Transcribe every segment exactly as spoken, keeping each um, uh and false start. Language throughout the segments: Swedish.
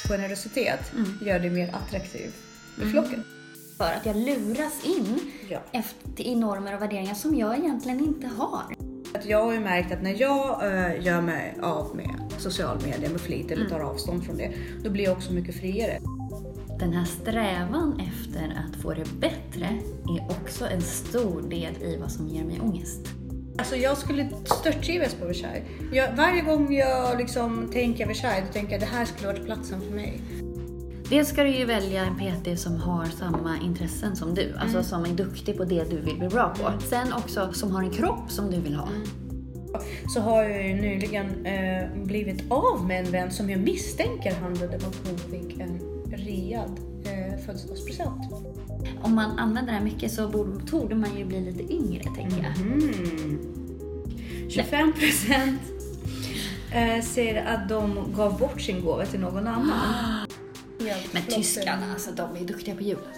generositet mm. gör det mer attraktiv i mm. flocken. För att jag luras in ja. efter, i normer och värderingar som jag egentligen inte har. Jag har ju märkt att när jag äh, gör mig av med social media med flit eller tar avstånd från det, då blir jag också mycket friare. Den här strävan efter att få det bättre är också en stor del i vad som ger mig ångest. Alltså jag skulle störttrivas på Versailles. Jag, varje gång jag liksom tänker Versailles, då tänker jag att det här skulle vara platsen för mig. Dels ska du ju välja en P T som har samma intressen som du. Alltså mm. som är duktig på det du vill bli bra på. Sen också som har en kropp som du vill ha. Mm. Så har jag ju nyligen eh, blivit av med en vän som jag misstänker handlade om att hon fick en riad eh, födelsedagspresent. Om man använder det här mycket så borde, torde man ju bli lite yngre, tänker jag. Mm. tjugofem procent eh, säger att de gav bort sin gåva till någon annan. Men tyskarna, alltså, de är duktiga på jul.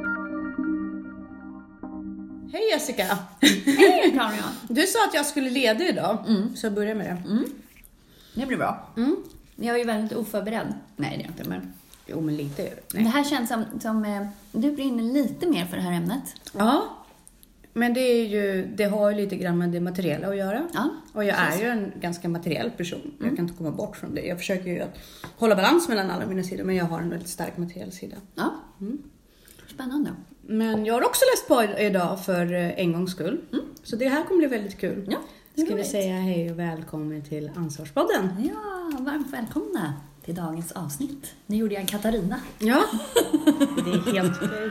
Hej Jessica! Hej Karin! Du sa att jag skulle leda idag, mm. så jag börjar med det. Mm. Det blir bra. Mm. Jag är ju väldigt oförberedd. Nej, det är inte, men... Jo, men lite. Nej. Det här känns som, som eh, du brinner lite mer för det här ämnet. Ja, men det är ju, det har ju lite grann med det materiella att göra. Ja, och jag precis. är ju en ganska materiell person. Mm. Jag kan inte komma bort från det. Jag försöker ju att hålla balans mellan alla mina sidor, men jag har en väldigt stark materiell sida. Ja, mm. Spännande. Men jag har också läst på idag för en gångs skull. Mm. Så det här kommer bli väldigt kul. Ja, ska vi säga hej och välkommen till Ansvarspodden. Ja, varmt välkomna till dagens avsnitt. Nu gjorde jag en Katarina. Ja, det är helt okej.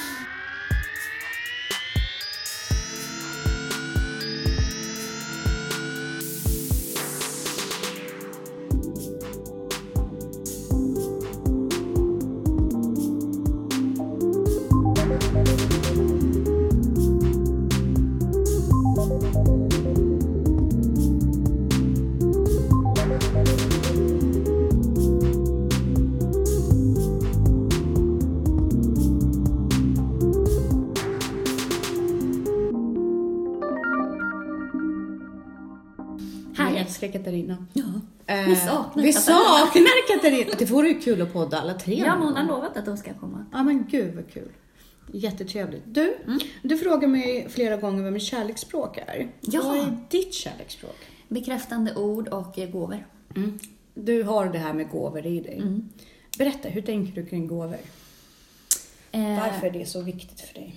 Katarina. Ja, vi saknar Vi saknar Katarina. Det vore ju kul att podda alla tre. Ja, hon har lovat att de ska komma. Ja, men gud vad kul. Jättetrevligt. Du, mm. du frågar mig flera gånger vad mitt kärleksspråk är. Ja. Vad är ditt kärleksspråk? Bekräftande ord och gåvor. Mm. Du har det här med gåvor i dig. Mm. Berätta, hur tänker du kring gåvor? Eh. Varför är det så viktigt för dig?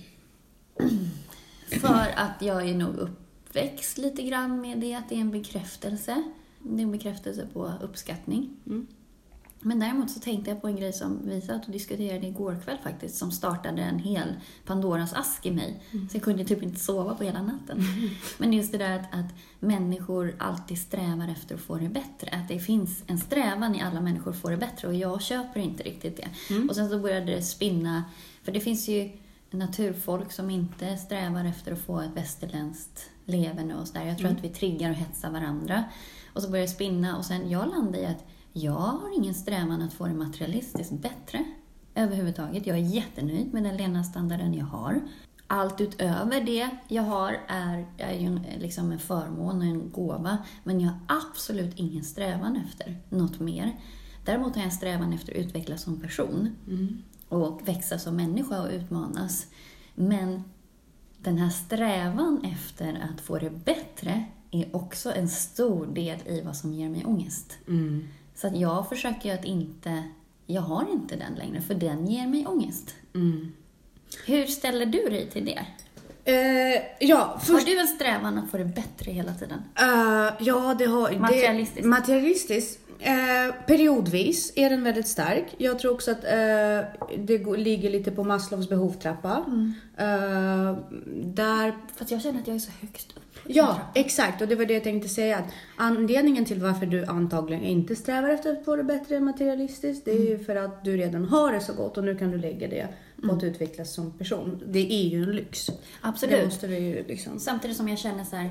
För att jag är nog upp växt lite grann med det, att det är en bekräftelse. Det är en bekräftelse på uppskattning. Mm. Men däremot så tänkte jag på en grej som vi satt och diskuterade igår kväll faktiskt, som startade en hel Pandoras ask i mig. Mm. Så jag kunde typ inte sova på hela natten. Mm. Men just det där att, att människor alltid strävar efter att få det bättre. Att det finns en strävan i alla människor att få det bättre, och jag köper inte riktigt det. Mm. Och sen så började det spinna, för det finns ju naturfolk som inte strävar efter att få ett västerländskt leverne och sådär. Jag tror mm. att vi triggar och hetsar varandra. Och så börjar det spinna, och sen jag landar i att jag har ingen strävan att få det materialistiskt bättre överhuvudtaget. Jag är jättenöjd med den levnadsstandarden jag har. Allt utöver det jag har är, är ju liksom en förmån och en gåva. Men jag har absolut ingen strävan efter något mer. Däremot har jag en strävan efter att utvecklas som person. Mm. Och växa som människa och utmanas. Men den här strävan efter att få det bättre är också en stor del i vad som ger mig ångest. Mm. Så att jag försöker att inte, jag har inte den längre, för den ger mig ångest. Mm. Hur ställer du dig till det? Uh, ja, först... Har du en strävan att få det bättre hela tiden? Uh, ja, det har... Materialistiskt? Det, materialistiskt. Uh, periodvis är den väldigt stark. Jag tror också att uh, det går, ligger lite på Maslows behovstrappa. Mm. Uh, där... För att jag känner att jag är så högst upp. Ja, exakt. Och det var det jag tänkte säga. Att anledningen till varför du antagligen inte strävar efter att få det bättre materialistiskt, det är mm. ju för att du redan har det så gott, och nu kan du lägga det på mm. att utvecklas som person. Det är ju en lyx. Absolut. Det måste vi ju liksom... Samtidigt som jag känner så här,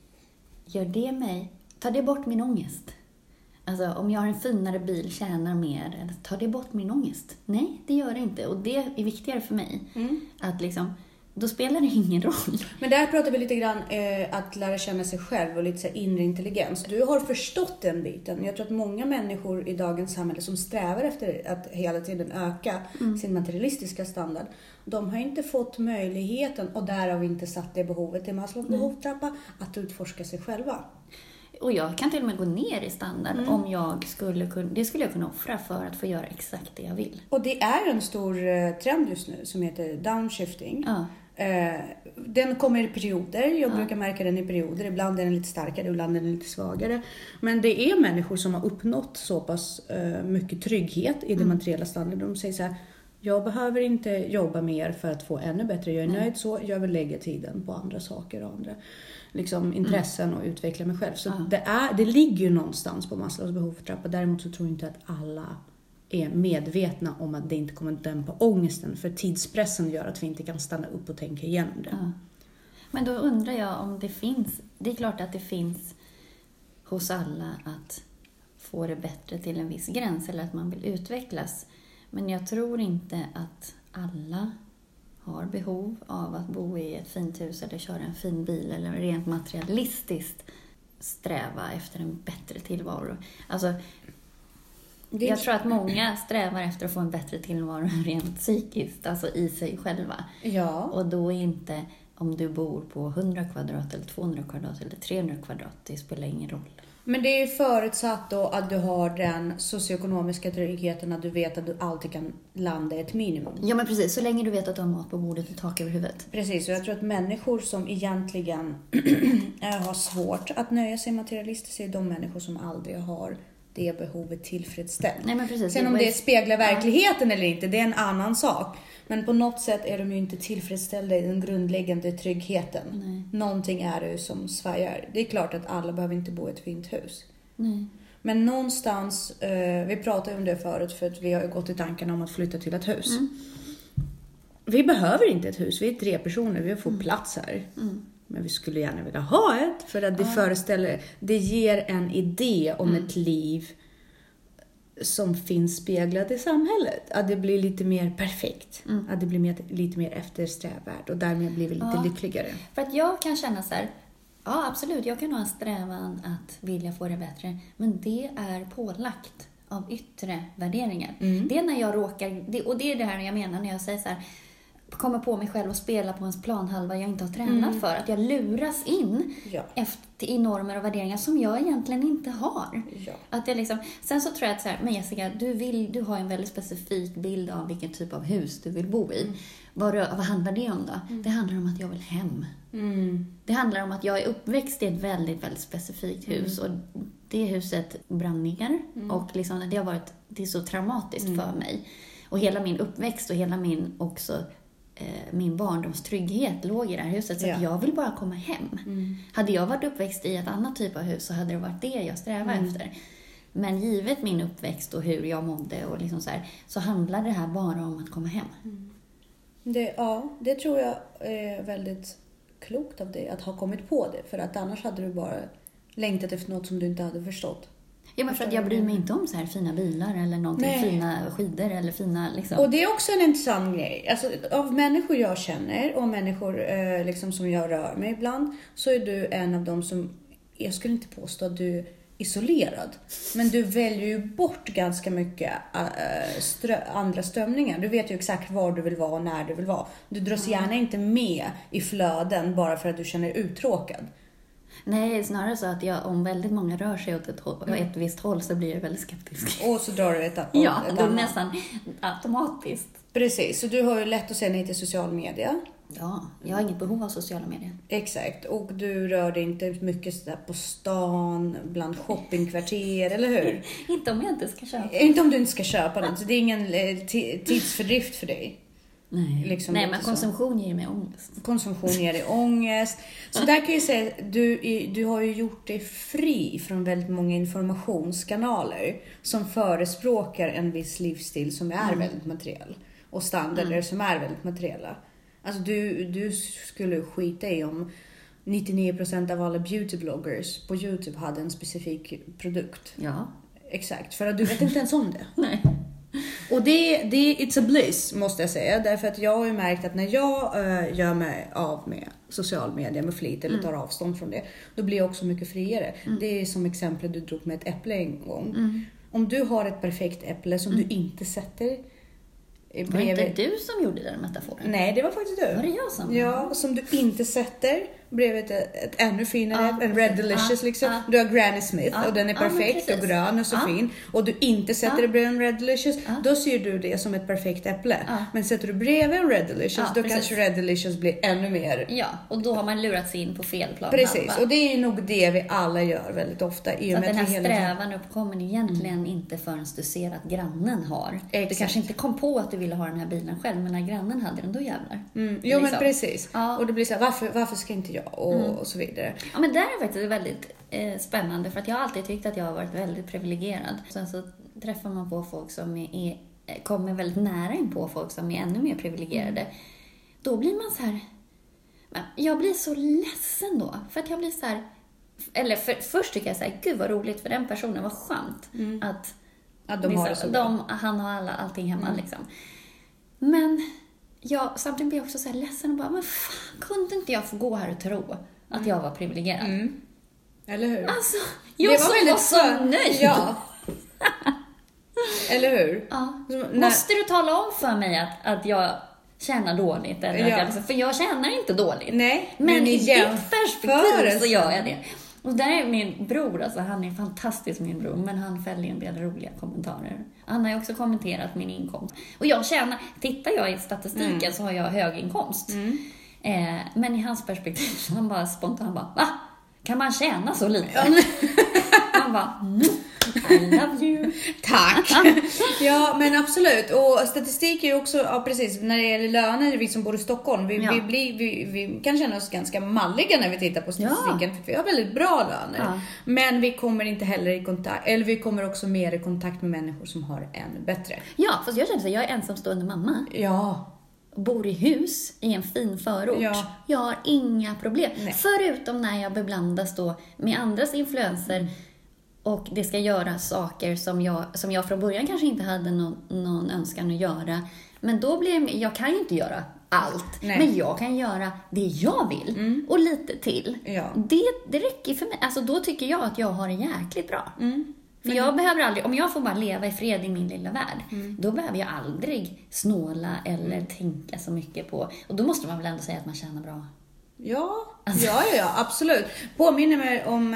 gör det mig, tar det bort min ångest? Alltså om jag har en finare bil, tjänar mer, eller tar det bort min ångest? Nej, det gör det inte. Och det är viktigare för mig. Mm. Att liksom, då spelar det ingen roll. Men där pratar vi lite grann eh, att lära känna sig själv och lite så här inre intelligens. Du har förstått den biten. Jag tror att många människor i dagens samhälle som strävar efter att hela tiden öka mm. sin materialistiska standard, de har inte fått möjligheten och därav inte satt det behovet i Maslows mm. behovstrappa att utforska sig själva. Och jag kan till och med gå ner i standard mm. om jag skulle kunna, det skulle jag kunna offra för att få göra exakt det jag vill. Och det är en stor eh, trend just nu som heter downshifting. Ja. Eh, den kommer i perioder, jag ja. brukar märka den i perioder, ibland är den lite starkare, ibland är den lite svagare. Men det är människor som har uppnått så pass eh, mycket trygghet i det mm. materiella standard. De säger så här, jag behöver inte jobba mer för att få ännu bättre, jag är mm. nöjd så, jag vill lägga tiden på andra saker och andra liksom, intressen mm. och utveckla mig själv. Så ja. det, är, det ligger ju någonstans på Maslows behovstrappa. Däremot så tror jag inte att alla är medvetna om att det inte kommer att dämpa ångesten. För tidspressen gör att vi inte kan stanna upp och tänka igenom det. Ja. Men då undrar jag om det finns, det är klart att det finns hos alla att få det bättre till en viss gräns eller att man vill utvecklas. Men jag tror inte att alla har behov av att bo i ett fint hus eller köra en fin bil eller rent materialistiskt sträva efter en bättre tillvaro. Alltså, jag tror att många strävar efter att få en bättre tillvaro rent psykiskt, alltså i sig själva. Ja. Och då är inte om du bor på hundra kvadrat eller tvåhundra kvadrat eller trehundra kvadrat, det spelar ingen roll. Men det är ju förutsatt då att du har den socioekonomiska tryggheten, att du vet att du alltid kan landa i ett minimum. Ja men precis, så länge du vet att du har mat på bordet och tak över huvudet. Precis, och jag tror att människor som egentligen har svårt att nöja sig materialistiskt är de människor som aldrig har det behovet tillfredsställt. Nej, men precis. Sen om det speglar verkligheten ja. eller inte, det är en annan sak. Men på något sätt är de ju inte tillfredsställda i den grundläggande tryggheten. Nej. Någonting är det ju som svajar. Det är klart att alla behöver inte bo i ett fint hus. Nej. Men någonstans, eh, vi pratade om det förut för att vi har ju gått i tanken om att flytta till ett hus. Mm. Vi behöver inte ett hus, vi är tre personer, vi får mm. plats här. Mm. Men vi skulle gärna vilja ha ett för att det ja. föreställer, det ger en idé om mm. ett liv som finns speglat i samhället. Att det blir lite mer perfekt. Mm. Att det blir mer, lite mer eftersträvvärt och därmed blir vi lite ja. lyckligare. För att jag kan känna så här, ja absolut, jag kan ha en strävan att vilja få det bättre. Men det är pålagt av yttre värderingar. Mm. Det är när jag råkar, det, och det är det här jag menar när jag säger så här, kommer på mig själv och spela på en planhalva jag inte har tränat mm. för. Att jag luras in ja. efter, i normer och värderingar som jag egentligen inte har. Ja. Att jag liksom, sen så tror jag att så här, men Jessica, du, vill, du har en väldigt specifik bild av vilken typ av hus du vill bo i. Mm. Vad, vad handlar det om då? Mm. Det handlar om att jag vill hem. Mm. Det handlar om att jag är uppväxt i ett väldigt, väldigt specifikt hus. Mm. Och det huset brann ner. Mm. Och liksom, det har varit, det är så traumatiskt mm. för mig. Och hela min uppväxt och hela min också min barndomstrygghet låg i det här huset. Så ja. att jag vill bara komma hem. Mm. Hade jag varit uppväxt i ett annat typ av hus så hade det varit det jag strävade mm. efter. Men givet min uppväxt och hur jag mådde och liksom så, här, så handlar det här bara om att komma hem. Mm. Det, ja, det tror jag är väldigt klokt av dig att ha kommit på det. För att annars hade du bara längtat efter något som du inte hade förstått. Ja, men för att jag bryr mig inte om så här fina bilar eller någonting, Nej. fina skidor eller fina liksom. Och det är också en intressant grej. Alltså, av människor jag känner och människor eh, liksom som jag rör mig ibland, så är du en av dem som, jag skulle inte påstå att du är isolerad, men du väljer ju bort ganska mycket äh, strö, andra strömningar. Du vet ju exakt var du vill vara och när du vill vara. Du dras mm. gärna inte med i flöden bara för att du känner uttråkad. Nej, snarare så att jag, om väldigt många rör sig åt ett, håll, mm. ett visst håll så blir jag väldigt skeptisk. Och så drar du ett, ett Ja, ett det är nästan automatiskt. Precis, så du har ju lätt att säga nej till social media. Ja, jag har inget behov av sociala medier. Exakt, och du rör dig inte mycket så där på stan, bland shoppingkvarter, eller hur? Inte om jag inte ska köpa. Inte om du inte ska köpa den, så det är ingen t- tidsfördrift för dig. Nej, liksom Nej men konsumtion så. ger mig ångest. Konsumtion ger dig ångest. Så där kan jag säga, du, du har ju gjort dig fri från väldigt många informationskanaler som förespråkar en viss livsstil som är mm. väldigt materiell. Och standarder mm. som är väldigt materiella. Alltså du, du skulle skita i om nittionio procent av alla beautybloggers på YouTube hade en specifik produkt. Ja. Exakt, för att du vet inte ens om det. Nej. Och det, det it's a bliss måste jag säga. Därför att jag har ju märkt att när jag uh, gör mig av med social media med flit eller tar avstånd från det, då blir jag också mycket friare. Mm. Det är som exempel du drog med ett äpple en gång. Mm. Om du har ett perfekt äpple som mm. du inte sätter bredvid... Var det inte du som gjorde den metaforen? Nej, det var faktiskt du. Var det jag som? Ja, som du inte sätter bredvid ett, ett ännu finare, ah, en Red Delicious ah, liksom. Ah, du har Granny Smith ah, och den är perfekt ah, och grön och så ah, fin. Och du inte sätter ah, det bredvid en Red Delicious, ah, då ser du det som ett perfekt äpple. Ah, Men sätter du bredvid en Red Delicious, ah, då precis. kanske Red Delicious blir ännu mer. Ja, och då har man lurat sig in på fel plan. Precis, och det är nog det vi alla gör väldigt ofta. I så och att med den här att vi hela strävan uppkommer egentligen mm. inte förrän du ser att grannen har. Exakt. Du kanske inte kom på att du ville ha den här bilen själv, men när grannen hade den, då jävlar. Mm. Jo, liksom. men precis. Ja. Och det blir så här, varför, varför ska inte jag? Och, mm. och så vidare. Ja, men det är faktiskt väldigt eh, spännande, för att jag har alltid tyckt att jag har varit väldigt privilegierad. Sen så träffar man på folk som är, är, kommer väldigt nära in på folk som är ännu mer privilegierade. Mm. Då blir man så här... Jag blir så ledsen då, för att jag blir så här... Eller för, först tycker jag så här, gud vad roligt för den personen, vad skönt mm. att... Att de har det så de, han har alla, allting hemma mm. liksom. Men jag, samtidigt blir jag också så här ledsen och bara, men fan, kunde inte jag få gå här och tro att mm. jag var privilegierad? Mm. Eller hur? Alltså, jag det var, så, var så nöjd. Ja. Eller hur? Ja. Så, måste du tala om för mig att, att jag tjänar dåligt? Eller ja. att jag, liksom, för jag tjänar inte dåligt. Nej, men, men i ditt perspektiv så gör jag det. Och där är min bror, alltså han är fantastisk min bror, men han fäller en del roliga kommentarer. Han har ju också kommenterat min inkomst. Och jag tjänar, tittar jag i statistiken mm. så har jag hög inkomst. Mm. Eh, men i hans perspektiv, han bara spontant bara, va? Kan man tjäna så lite? Han bara, mm, I love you. Tack. Ja, men absolut. Och statistik är ju också, ja precis, när det gäller löner, vi som bor i Stockholm, vi, ja. vi, blir, vi, vi kan känna oss ganska malliga när vi tittar på statistiken, ja. för vi har väldigt bra löner. Ja. Men vi kommer inte heller i kontakt, eller vi kommer också mer i kontakt med människor som har ännu bättre. Ja, fast jag känner så, jag är ensamstående mamma. Ja. Bor i hus i en fin förort. Ja. Jag har inga problem. Nej. Förutom när jag beblandas då med andras influenser mm. och det ska göra saker som jag, som jag från början kanske inte hade någon, någon önskan att göra. Men då blir jag, jag kan ju inte göra allt. Nej. Men jag kan göra det jag vill. Mm. Och lite till. Ja. Det, det räcker för mig. Alltså då tycker jag att jag har det jäkligt bra. Mm. För jag behöver aldrig, om jag får bara leva i fred i min lilla värld, mm. då behöver jag aldrig snåla eller mm. tänka så mycket på. Och då måste man väl ändå säga att man tjänar bra. Ja, alltså. ja, ja, absolut. Påminner mig om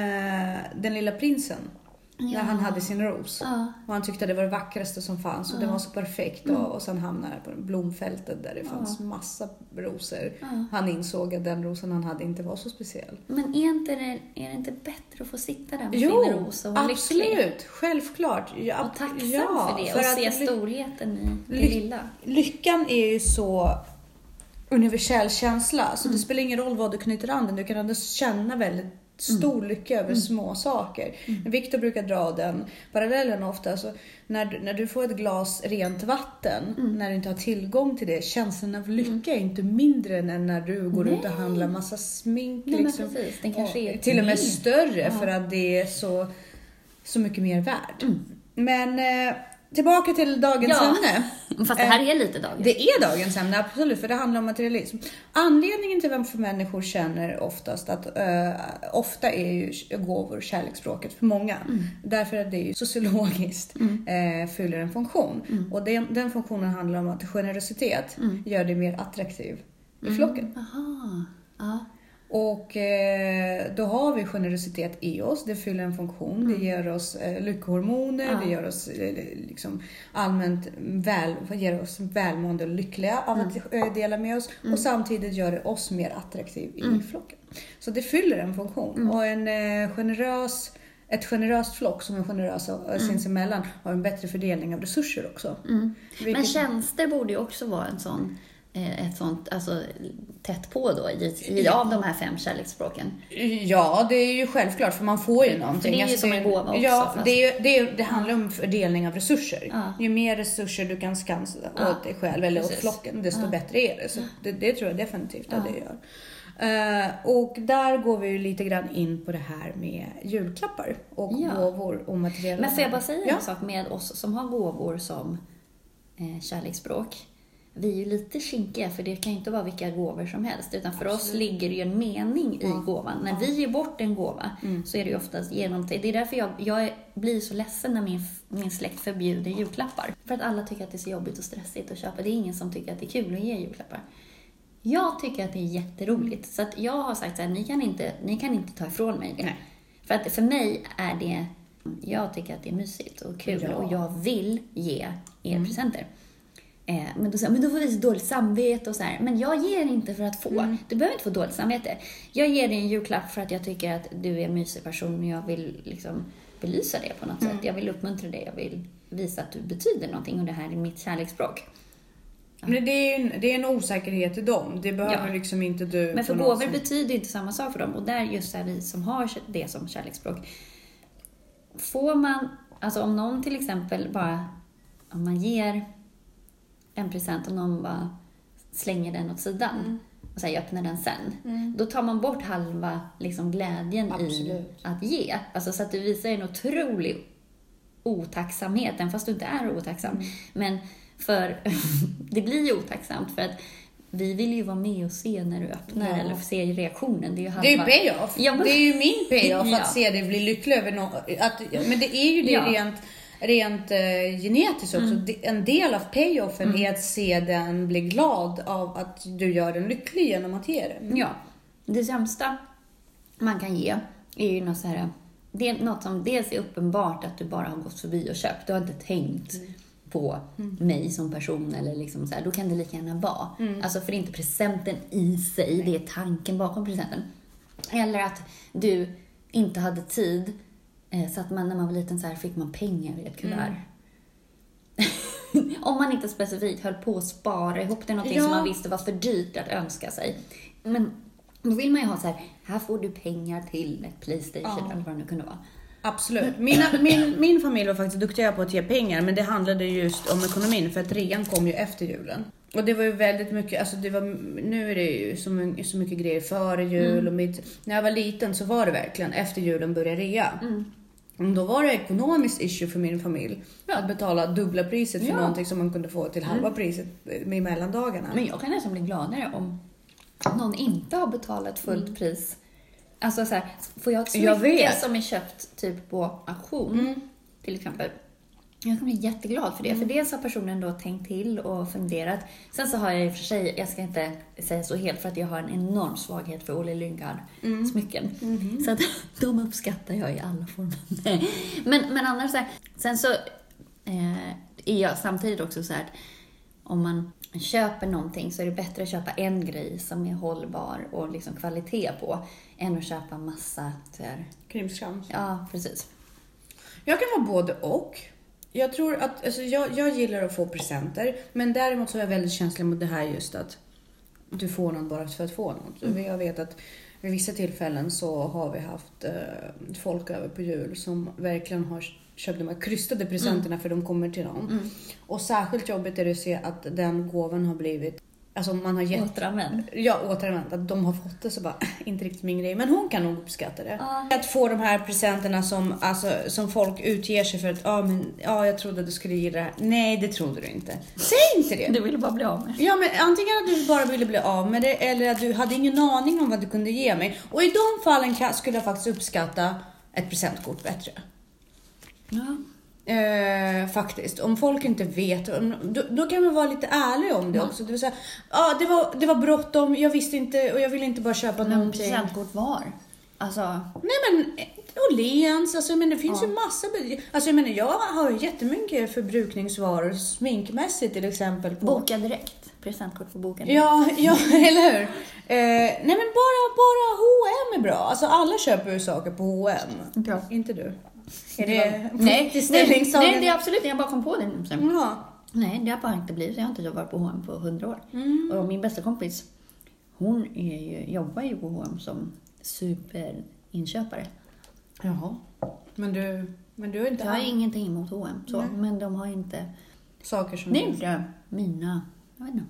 eh, den lilla prinsen. Ja. När han hade sin ros. Ja. Och han tyckte det var det vackraste som fanns. Och ja. det var så perfekt. Mm. Och, och sen hamnade på blomfältet där det fanns ja. massa rosor. Ja. Han insåg att den rosen han hade inte var så speciell. Men är, inte det, är det inte bättre att få sitta där med jo, sin ros och vara absolut. lycklig? Självklart. Ja, och tacksam ja, för det. För och att se ly- storheten i det ly- lilla. Lyckan är ju så universell känsla. Så mm. det spelar ingen roll vad du knyter an den. Du kan ändå känna väldigt stor mm. lycka över mm. små saker. Mm. Victor brukar dra den parallellen ofta. Så när, du, när du får ett glas rent vatten, mm. när du inte har tillgång till det, känslan av lycka mm. är inte mindre än när du går Nej. ut och handlar massa smink. Nej, liksom, men precis. Den kanske är till och med mer. större ja. för att det är så, så mycket mer värd. Mm. Men... Eh, Tillbaka till dagens ja. ämne. Fast det här är lite dagens. Det är dagens ämne, absolut, för det handlar om materialism. Anledningen till varför människor känner oftast att uh, ofta är ju gåvor kärleksspråket för många. Mm. Därför att det är ju sociologiskt mm. uh, fyller en funktion. Mm. Och den, den funktionen handlar om att generositet mm. gör det mer attraktiv i mm. flocken. Aha. Ja. Och eh, då har vi generositet i oss. Det fyller en funktion. Mm. Det ger oss eh, lyckohormoner. Ja. Det gör oss eh, liksom allmänt väl, ger oss välmående och lyckliga av mm. att eh, dela med oss. Mm. Och samtidigt gör det oss mer attraktiv i mm. flocken. Så det fyller en funktion. Mm. Och en eh, generös... Ett generöst flock som är generösa mm. sinsemellan har en bättre fördelning av resurser också. Mm. Vilket... Men tjänster borde ju också vara en sån... ett sånt, alltså tätt på då i, i av de här fem kärleksspråken. Ja, det är ju självklart för man får ju någonting. För det är ju alltså, som en gåva också. Ja, fast... det, är, det, är, det handlar om fördelning av resurser. Ja. Ju mer resurser du kan skansa ja. åt dig själv eller Precis. åt flocken, desto ja. bättre är det. Så det, det tror jag definitivt ja. att det gör. Uh, och där går vi ju lite grann in på det här med julklappar och ja. gåvor och materiella. Men får jag bara säga ja. en sak med oss som har gåvor som eh, kärleksspråk. Vi är ju lite kinkiga, för det kan ju inte vara vilka gåvor som helst. Utan för Absolut. Oss ligger det ju en mening i ja. gåvan. När ja. vi ger bort en gåva mm. så är det ju oftast genomtänkt. Det är därför jag, jag blir så ledsen när min, min släkt förbjuder julklappar. För att alla tycker att det är så jobbigt och stressigt att köpa. Det är ingen som tycker att det är kul att ge julklappar. Jag tycker att det är jätteroligt. Så att jag har sagt så här, ni kan inte, ni kan inte ta ifrån mig det. Nej. För att för mig är det, jag tycker att det är mysigt och kul. Ja. Och jag vill ge er mm. presenter. Eh, men, då, men då får vi så dåligt samvete och så här. Men jag ger inte för att få. Mm. Du behöver inte få dåligt samvete. Jag ger dig en julklapp för att jag tycker att du är en mysig person. Och jag vill liksom belysa det på något mm. sätt. Jag vill uppmuntra dig. Jag vill visa att du betyder någonting. Och det här är mitt kärleksspråk. Ja. Men det är, en, det är en osäkerhet i dem. Det behöver ja. liksom inte du. Men för gåvor som... betyder inte samma sak för dem. Och där just så här, vi som har det som kärleksspråk. Får man, alltså om någon till exempel bara, om man ger en present och någon bara slänger den åt sidan mm. och säger öppnar den sen. Mm. Då tar man bort halva liksom, glädjen Absolut. I att ge. Alltså, så att du visar en otrolig otacksamhet, även fast du inte är otacksam. Mm. Men för det blir ju otacksamt för att vi vill ju vara med och se när du öppnar ja. Eller se reaktionen. Det är ju, halva... det är ju payoff. Ja, men... Det är ju min payoff ja. Att se dig bli lycklig över något. Att... Men det är ju det ja. rent... Rent eh, genetiskt också. Mm. En del av payoffen mm. är att se den bli glad av att du gör den lycklig genom att ge den. Ja, det sämsta man kan ge är ju något så här. Det är något som dels är uppenbart att du bara har gått förbi och köpt. Du har inte tänkt mm. på mm. mig som person eller liksom så här. Då kan det lika gärna vara. Mm. Alltså för det är inte presenten i sig, det är tanken bakom presenten. Eller att du inte hade tid. Så att man, när man var liten så här fick man pengar i ett kuvert. Mm. Om man inte specifikt höll på att spara ihop till någonting ja. Som man visste var för dyrt att önska sig. Men då vill man ju ha så här, här får du pengar till ett PlayStation ja. Eller vad det nu kunde vara. Absolut. Mina, min, min familj var faktiskt duktiga på att ge pengar, men det handlade just om ekonomin för att rean kom ju efter julen. Och det var ju väldigt mycket, alltså det var, nu är det ju så, så mycket grejer före jul mm. och mitt, när jag var liten så var det verkligen efter julen började rea. Mm. Och då var det ekonomiskt issue för min familj ja. Att betala dubbla priset för ja. Någonting som man kunde få till halva mm. priset med mellandagarna. Men jag kan nästan bli gladare om någon inte har betalat fullt mm. pris. Alltså så här, får jag så jag mycket vet. Som är köpt typ på auktion mm. till exempel. Jag kan bli jätteglad för det. Mm. För dels har personen då tänkt till och funderat. Sen så har jag i och för sig, jag ska inte säga så helt för att jag har en enorm svaghet för Olle Lynggard mm. smycken. Mm. Så att de uppskattar jag i alla former. men, men annars så här, sen så eh, är jag samtidigt också så här att om man köper någonting så är det bättre att köpa en grej som är hållbar och liksom kvalitet på än att köpa massa så här. Krimskrams. Ja, precis. Jag kan vara både och. Jag tror att, alltså jag, jag gillar att få presenter, men däremot så är jag väldigt känslig mot det här just att du får något bara för att få något. Mm. Jag vet att vid vissa tillfällen så har vi haft eh, folk över på jul som verkligen har köpt de här krystade presenterna mm. för de kommer till någon. Mm. Och särskilt jobbigt är det att se att den gåvan har blivit, alltså man har gett... Återanvänd. Ja, återanvänd. Att de har fått det så bara, inte riktigt min grej. Men hon kan nog uppskatta det. Ah. Att få de här presenterna som, alltså, som folk utger sig för att, ja ah, men, ah, jag trodde att du skulle gilla det här. Nej, det trodde du inte. Säg inte det. Du ville bara bli av med. Ja, men antingen att du bara ville bli av med det, eller att du hade ingen aning om vad du kunde ge mig. Och i de fallen skulle jag faktiskt uppskatta ett presentkort bättre. Ja. Eh, faktiskt. Om folk inte vet, då, då kan man vara lite ärlig om det ja. Också. Det vill säga, ah, det var, det var bråttom, jag visste inte och jag ville inte bara köpa men någonting. Men presentkort var? Alltså... Nej men, Åhléns, alltså men det finns ja. Ju massa, alltså jag menar jag har ju jättemycket förbrukningsvaror, sminkmässigt till exempel. På... Boka direkt, presentkort på boka direkt. Ja, ja eller hur? Eh, nej men bara, bara H och M är bra, alltså alla köper ju saker på H och M. Ja. Inte du? Är det nej, nej, nej, det är absolut, jag bara kom på det nu sen. Ja. Nej, det har bara inte blivit, jag har inte varit på H och M på hundra år. Mm. Och min bästa kompis, hon är ju, jobbar ju på H och M som superinköpare. Jaha. Men du, men du är inte... Jag har ingenting emot H och M, så, men de har inte... Saker som... Nej, inte mina, jag vet inte.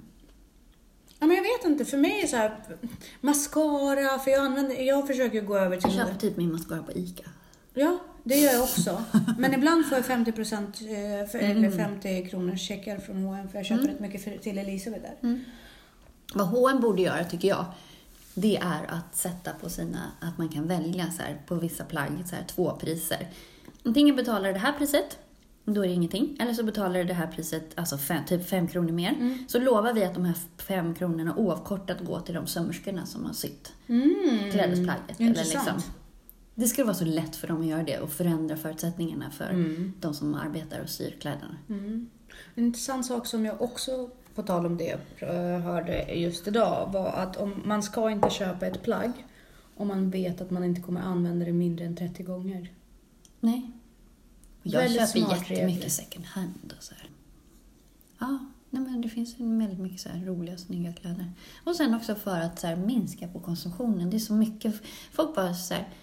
Ja, men jag vet inte, för mig är så här mascara, för jag använder, jag försöker gå över till... Jag köper typ min mascara på Ica. Ja, det gör jag också. Men ibland får jag femtio procent eh, för, mm. eller femtio kronor checkar från H och M för jag köper mm. rätt mycket för, till Elisabeth där. Mm. Vad H och M borde göra tycker jag, det är att sätta på sina, att man kan välja så här, på vissa plagg så här, två priser. Antingen betalar det här priset, då är det ingenting. Eller så betalar det det här priset, alltså fem, typ fem kronor mer. Mm. Så lovar vi att de här fem kronorna oavkortat går till de sömmerskorna som har sytt mm. klädesplagget. Eller liksom. Det skulle vara så lätt för dem att göra det och förändra förutsättningarna för mm. de som arbetar och syr kläderna. Mm. En intressant sak som jag också, på tal om det, hörde just idag var att om man ska inte köpa ett plagg om man vet att man inte kommer använda det mindre än trettio gånger. Nej. Jag väldigt köper jättemycket regler. Second hand och så här. Ja, nej men det finns väldigt mycket så här roliga, snygga kläder. Och sen också för att så här, minska på konsumtionen. Det är så mycket, folk bara så här,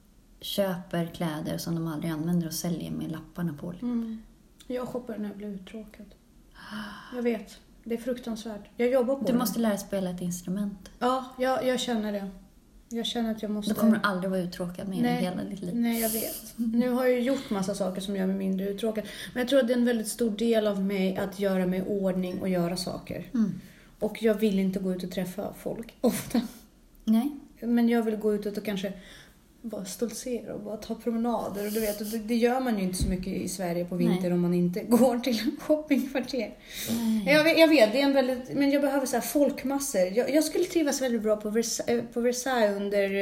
köper kläder som de aldrig använder och säljer med lapparna på. Mm. Jag shoppar när jag blir uttråkad. Jag vet, det är fruktansvärt. Jag jobbar på Du det. måste lära spela ett instrument. Ja, jag, jag känner det. Jag känner att jag måste... Då kommer du aldrig vara uttråkad med nej, hela ditt liv. Nej, jag vet. Nu har jag gjort massa saker som gör mig mindre uttråkad. Men jag tror att det är en väldigt stor del av mig att göra mig ordning och göra saker. Mm. Och jag vill inte gå ut och träffa folk ofta. Nej. Men jag vill gå ut och kanske bara stoltsera och bara ta promenader. Och du vet, det, det gör man ju inte så mycket i Sverige på vinter. Nej. Om man inte går till en shoppingkvarter. Jag vet, jag vet, det är en väldigt... Men jag behöver så här folkmassor. Jag, jag skulle trivas väldigt bra på Versailles, på Versailles under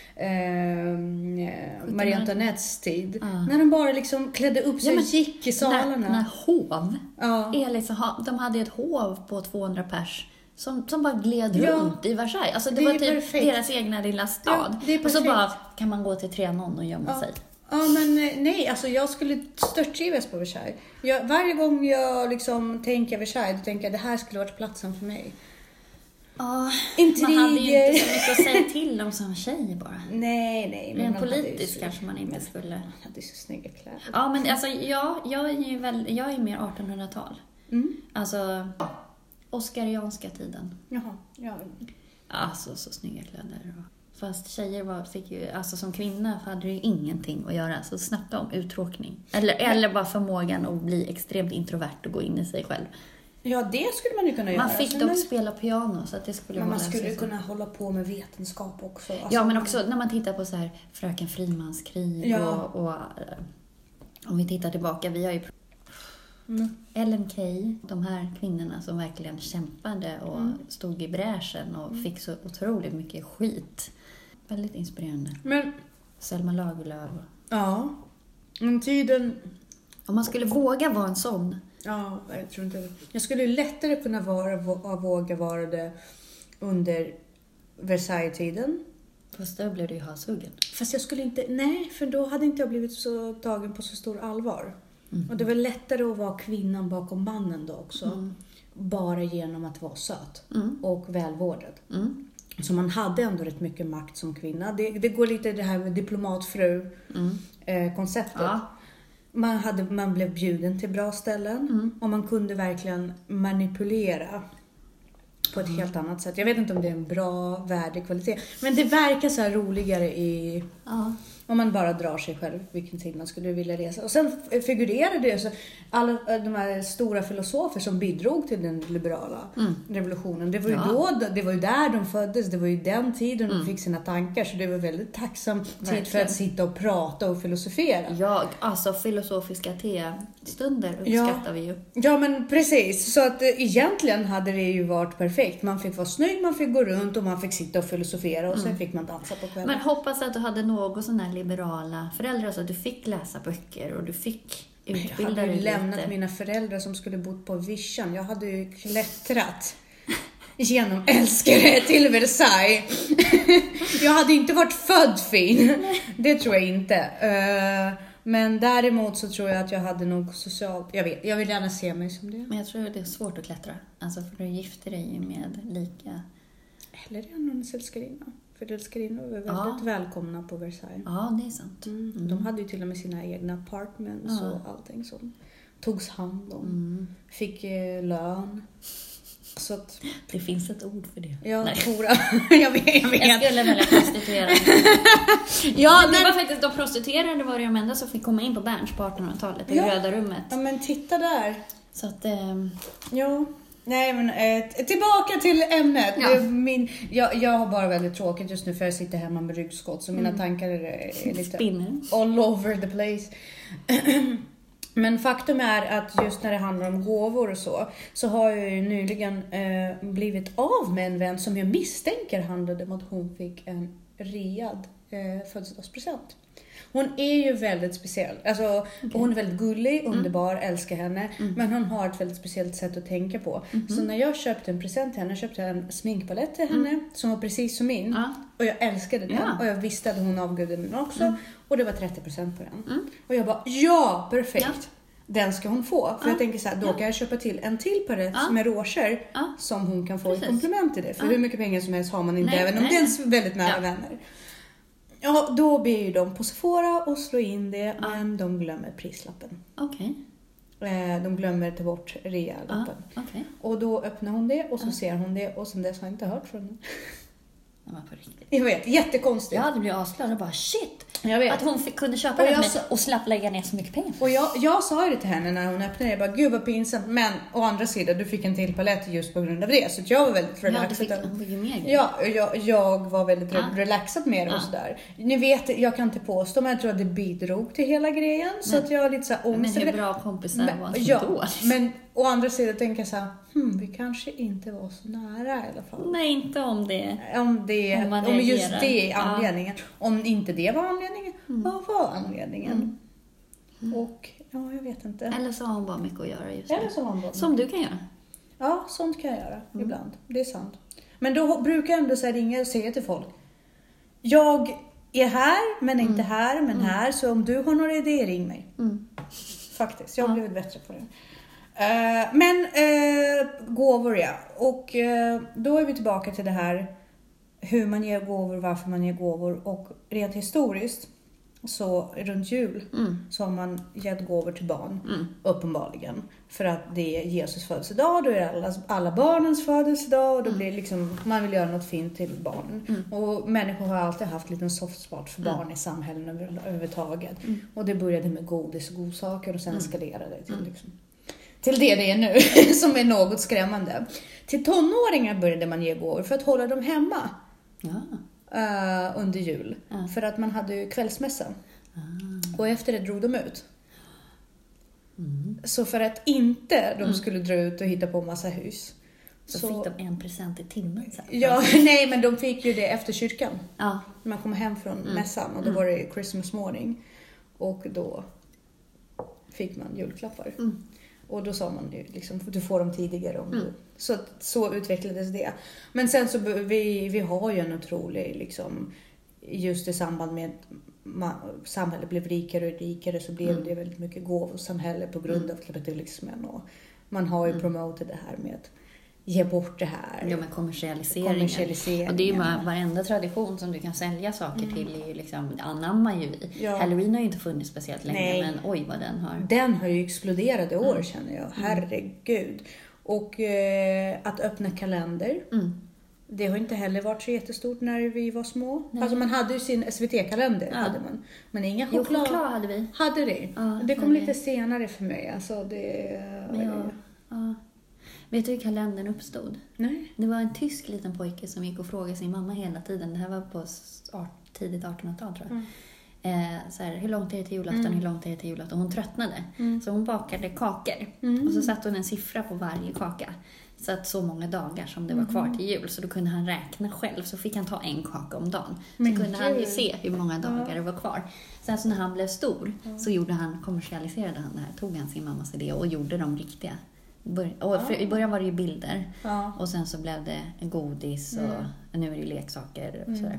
eh, Marie Antoinettes tid. Ja. När de bara liksom klädde upp sig ja, och gick i salarna. När, när hov ja. är liksom, de hade ett hov på tvåhundra pers. Som, som bara gled ja. runt i Versailles. Alltså det, det var typ perfekt. Deras egna lilla stad. Ja, och så bara kan man gå till Trianon och gömma ja. sig. Ja, men nej. Alltså jag skulle störtrivas på Versailles. Jag, varje gång jag liksom tänker Versailles, då tänker jag det här skulle varit platsen för mig. Ja, intriger. Man hade ju inte så mycket att säga till dem som tjej bara. Nej, nej. Men politiskt så, kanske man inte men, skulle. Man hade så snygga kläder. Ja, men alltså jag, jag är ju väl, jag är mer artonhundratal. Mm. Alltså... Oskarianska tiden. Jaha, ja. Alltså så snygga kläder. Fast tjejer var, fick ju, alltså som kvinna hade det ju ingenting att göra. Så snacka om uttråkning. Eller, eller bara förmågan att bli extremt introvert och gå in i sig själv. Ja, det skulle man ju kunna göra. Man fick alltså, dock men... spela piano så att det skulle men vara man skulle kunna hålla på med vetenskap också. Alltså, ja, men också när man tittar på så här Fröken Frimans krig ja. och, och om vi tittar tillbaka, vi har ju Mm. Ellen Key, de här kvinnorna som verkligen kämpade och mm. stod i bräschen och mm. fick så otroligt mycket skit. Väldigt inspirerande. Men Selma Lagerlöf. Ja. Men tiden... Om man skulle våga vara en sån. Ja, jag tror inte. Jag skulle lättare kunna vara, våga vara det under Versailles-tiden. Fast då blev det ju halshuggen. Fast jag skulle inte... Nej, för då hade inte jag blivit så tagen på så stor allvar. Mm. Och det var lättare att vara kvinnan bakom mannen då också. Mm. Bara genom att vara söt mm. och välvårdad. Mm. Så man hade ändå rätt mycket makt som kvinna. Det, det går lite det här med diplomatfru-konceptet. Mm. Eh, ja. man, hade, man blev bjuden till bra ställen. Mm. Och man kunde verkligen manipulera på ett mm. helt annat sätt. Jag vet inte om det är en bra värdig kvalitet. Men det verkar så här roligare i... Ja. Om man bara drar sig själv vilken tid man skulle vilja resa. Och sen figurerade det så alla de här stora filosofer som bidrog till den liberala mm. revolutionen. Det var ju ja. då, det var ju där de föddes, det var ju den tiden mm. de fick sina tankar. Så det var väldigt tacksam tid för att sitta och prata och filosofera. Ja, alltså filosofiska te-stunder uppskattar ja. vi ju. Ja, men precis. Så att egentligen hade det ju varit perfekt. Man fick vara snygg, man fick gå runt och man fick sitta och filosofera och mm. sen fick man dansa på kvällen. Men hoppas att du hade något sån här liberala föräldrar så att du fick läsa böcker och du fick utbilda dig. Jag hade ju lämnat lite. Mina föräldrar som skulle bott på Vischan. Jag hade ju klättrat genom älskare till Versailles. Jag hade inte varit född fin. Det tror jag inte. Men däremot så tror jag att jag hade nog socialt... Jag vet, jag vill gärna se mig som det. Men jag tror att det är svårt att klättra. Alltså för du gifter dig med lika... Eller är någon älskarinna. För älskarinnor var väldigt ja. välkomna på Versailles. Ja, det är sant. Mm. Mm. De hade ju till och med sina egna apartments ja. och allting som togs hand om. Mm. Fick eh, lön. Så att, det finns ett ord för det. Ja, hora. jag vet, jag vet. Jag skulle välja prostituerade. ja, men det var faktiskt de prostituerade var de enda som fick komma in på Berns på artonhundratalet i ja. Röda rummet. Ja, men titta där. Så att... Eh... Ja. Nej, men eh, tillbaka till ämnet. Ja. Det är min, jag, jag har bara väldigt tråkigt just nu för jag sitter hemma med ryggskott. Så mm. mina tankar är, är lite Spinner. all over the place. Men faktum är att just när det handlar om gåvor och så, så har jag ju nyligen eh, blivit av med en vän som jag misstänker handlade om att hon fick en read eh, födelsedagspresent. Hon är ju väldigt speciell. Alltså, okay. Hon är väldigt gullig, underbar, mm. älskar henne. Mm. Men hon har ett väldigt speciellt sätt att tänka på. Mm. Så när jag köpte en present till henne, köpte jag en sminkpalett till henne mm. som var precis som min. Ja. Och jag älskade den. Ja. Och jag visste att hon avgudade den också. Mm. Och det var trettio procent på den. Mm. Och jag bara, ja, perfekt. Ja. Den ska hon få. För ja. jag tänker så här, då kan jag köpa till en till palett ja. med råsor ja. som hon kan få i komplement till det. För ja. hur mycket pengar som helst har man inte, nej, även om nej. det är väldigt nära ja. vänner. Ja, då ber ju de på Sephora och slå in det, ja. men de glömmer prislappen. Okej. Okay. De glömmer ta bort rea-lappen. Ja, okay. Och då öppnar hon det och så ja. ser hon det och sen dess har jag inte hört från henne. Ja, på riktigt. Jag vet, jättekonstigt. Jag hade blivit avslöjad och bara shit. Jag vet. Att hon fick, kunde köpa och det med så, och slapp lägga ner så mycket pengar. Och jag, jag sa ju det till henne när hon öppnade det. Jag bara, gud vad pinsamt. Men å andra sidan, du fick en till palett just på grund av det. Så jag var väldigt relaxad. Ja, du fick ju mer. Ja, jag, jag var väldigt ja. relaxad med det och ja. sådär. Ni vet, jag kan inte påstå, men jag tror att det bidrog till hela grejen. Så men, att jag var lite så här ångest. Men hur bra kompisar men, var ja, då? Men å andra sidan tänker jag så här, hmm, vi kanske inte var så nära i alla fall. Nej, inte om det. Om det, om, om just det är anledningen. Ja. Om inte det var anledningen, mm. vad var anledningen? Mm. Mm. Och ja, jag vet inte. Eller så har hon bara mycket att göra just nu. Eller så har hon bara som du kan göra. Ja, sånt kan jag göra mm. ibland. Det är sant. Men då brukar jag ändå så här ringa och säga till folk. Jag är här, men inte mm. här, men mm. här. Så om du har några idéer, ring mig. Mm. Faktiskt, jag har ja. blivit bättre på det. Uh, men uh, gåvor, ja. Och uh, då är vi tillbaka till det här. Hur man ger gåvor, varför man ger gåvor. Och rent historiskt, så runt jul mm. så har man gett gåvor till barn, mm. uppenbarligen. För att det är Jesus födelsedag, då är det alla, alla barnens födelsedag. Och då mm. blir liksom, man vill göra något fint till barnen. Mm. Och människor har alltid haft en liten soft spot för barn mm. i samhällen över, överhuvudtaget. Mm. Och det började med godis och godsaker och sen mm. eskalerade det till mm. liksom... Till det det är nu, som är något skrämmande. Till tonåringar började man ge gåvor för att hålla dem hemma ja. uh, under jul. Ja. För att man hade ju kvällsmässa. Ah. Och efter det drog de ut. Mm. Så för att inte de skulle dra ut och hitta på massa hus. Så, så fick de en present i timmen sen. Ja, nej, men de fick ju det efter kyrkan. Ja. Man kom hem från mm. mässan och då var det Christmas morning. Och då fick man julklappar. Mm. Och då sa man ju liksom, du får dem tidigare om mm. du. Så, så utvecklades det. Men sen så vi, vi har ju en otrolig liksom, just i samband med man, samhället blev rikare och rikare så blev mm. det väldigt mycket gåvosamhälle på grund av kapitalismen. Och man har ju mm. promotat det här med att ge bort det här. Ja, men kommersialiseringen. kommersialiseringen. Och det är ju bara varenda tradition som du kan sälja saker mm. till är ju liksom, anammar ju vi. Ja. Halloween har ju inte funnits speciellt länge, nej. Men oj vad den har. Den har ju exploderat i år mm. känner jag. Herregud. Och eh, att öppna kalender. Mm. Det har inte heller varit så jättestort när vi var små. Nej. Alltså man hade ju sin S V T-kalender. Ja. Hade man. Men inga choklad. Jo, choklad hade vi. Hade det? Ja, det kom vi. lite senare för mig. Alltså det... Ja. Ja. Vet du hur kalendern uppstod? Nej. Det var en tysk liten pojke som gick och frågade sin mamma hela tiden. Det här var på tidigt artonhundratal tror jag. Mm. Eh, så här, hur långt är det till julafton? Mm. Hur långt är det till julafton? Hon tröttnade. Mm. Så hon bakade kakor. Mm. Och så satte hon en siffra på varje kaka. Så att så många dagar som det var kvar till jul. Så då kunde han räkna själv. Så fick han ta en kaka om dagen. Så Men kunde han ju se hur många dagar ja. det var kvar. Sen så när han blev stor ja. så gjorde han, kommersialiserade han det här. Tog han sin mammas idé och gjorde de riktiga. Och för i början var det ju bilder. Ja. Och sen så blev det godis och mm. nu är det leksaker och sådär.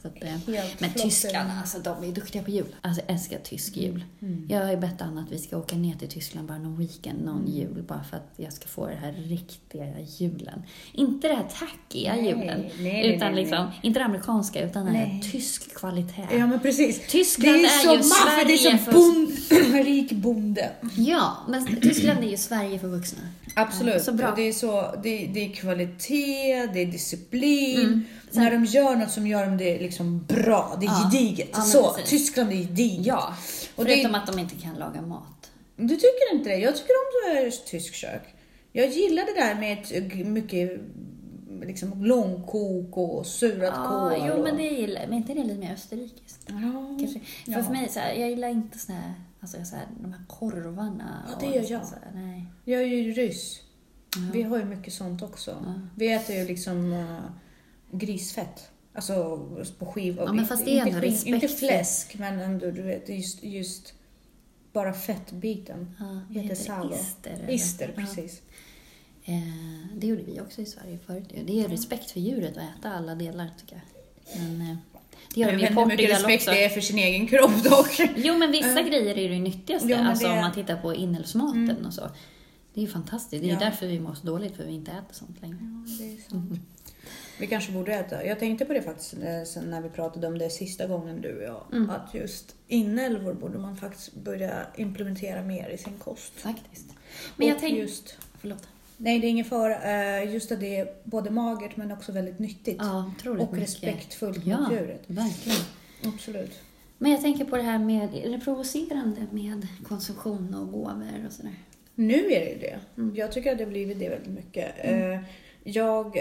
Så att, men tyskarna, alltså, de är duktiga på jul. Alltså jag älskar tysk jul. Mm. Jag har ju bett Anna att vi ska åka ner till Tyskland bara någon weekend, någon mm. jul. Bara för att jag ska få det här riktiga julen. Inte det här tackiga nej, julen. Nej, utan nej, liksom, nej. Inte det amerikanska, utan det här tysk kvalitet. Ja, men precis. Tyskland det är, är ju Sverige det är så för... bond, rik bonde. Ja, men Tyskland är ju Sverige för vuxna. Absolut. Ja, så bra. Det är så, det, det är kvalitet, det är disciplin. Mm. Sen, när de gör något som gör de det liksom bra, det är ja, gediget. Ja, så, precis. Tyskland är gediget. Ja, och förutom det, att de inte kan laga mat. Du tycker inte det? Jag tycker om det här tysk kök. Jag gillar det där med ett, mycket liksom långkok och surat ja, kål. Jo, och... men det gillar men inte det lite mer österrikiskt? Ja. Kanske. För, ja. för mig, så här, jag gillar inte såna här, alltså, så här, de här korvarna. Ja, det gör jag. Så här, nej. Jag är ju ryss. Ja. Vi har ju mycket sånt också. Ja. Vi äter ju liksom uh, grisfett. Alltså på skivor. Ja, men fast det är ändå inte, inte fläsk, men ändå, du vet, just, just bara fettbiten. Ja, det heter salo. Ister. Ister, precis. Ja. Eh, det gjorde vi också i Sverige förut. Det är respekt för djuret att äta alla delar, tycker jag. Men eh, det gör de i Portugal mycket respekt också. Det är för sin egen kropp dock. Jo, men vissa uh. grejer är det nyttigaste. Jo, alltså det... om man tittar på inälvsmaten mm. och så. Det är ju fantastiskt. Det är ja. därför vi mår så dåligt, för vi inte äter sånt längre. Ja, det är sant. Mm. Vi kanske borde äta. Jag tänkte på det faktiskt sen när vi pratade om det sista gången du och jag. Mm. Att just inälvor borde man faktiskt börja implementera mer i sin kost. Faktiskt. Men jag tänkte... just... Förlåt. Nej, det är ingen fara. Just att det är både magert men också väldigt nyttigt. Ja, otroligt och respektfullt ja, mot djuret. Verkligen. Absolut. Men jag tänker på det här med, är det provocerande med konsumtion och gåvor och sådär? Nu är det ju det. Mm. Jag tycker att det har blivit det väldigt mycket. Mm. Jag...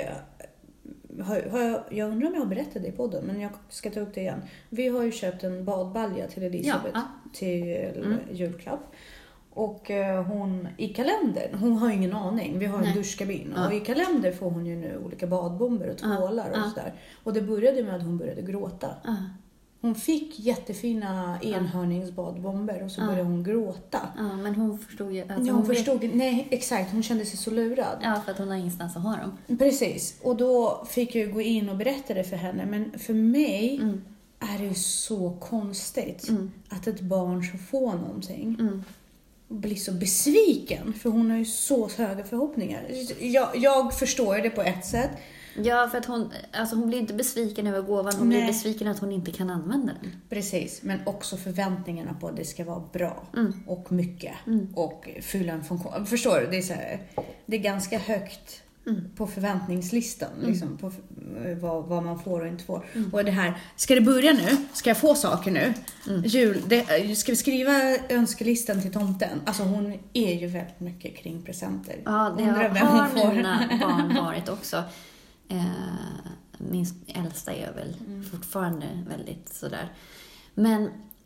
Har, har jag, jag undrar om jag har berättat det i podden, men jag ska ta upp det igen. Vi har ju köpt en badbalja till Elisabeth ja, ja. till mm. julklapp. Och eh, hon i kalendern, hon har ju ingen aning. Vi har en duschkabin ja. och i kalender får hon ju nu olika badbomber och tvålar ja. och sådär. Och det började med att hon började gråta. Ja. Hon fick jättefina enhörningsbadbomber och så började hon gråta. Ja, men hon förstod ju... Alltså ja, hon förstod, blev... nej exakt, hon kände sig så lurad. Ja, för att hon har ingenstans att ha dem. Precis, och då fick jag gå in och berätta det för henne. Men för mig mm. är det ju så konstigt mm. att ett barn som får någonting mm. blir så besviken. För hon har ju så höga förhoppningar. Jag, jag förstår det på ett sätt. Ja, för att hon, alltså hon blir inte besviken över gåvan. Hon Nej. blir besviken att hon inte kan använda den. Precis, men också förväntningarna på att det ska vara bra. Mm. Och mycket. Mm. Och fylla en funktion. Förstår du? Det är, så här, det är ganska högt mm. på förväntningslistan. Mm. Liksom, på vad, vad man får och inte får. Mm. Och det här, ska det börja nu? Ska jag få saker nu? Mm. Jul, det, ska vi skriva önskelistan till tomten? Alltså hon är ju väldigt mycket kring presenter. Ja, det har, har mina barn varit också. Min äldsta är väl mm. fortfarande väldigt sådär. Men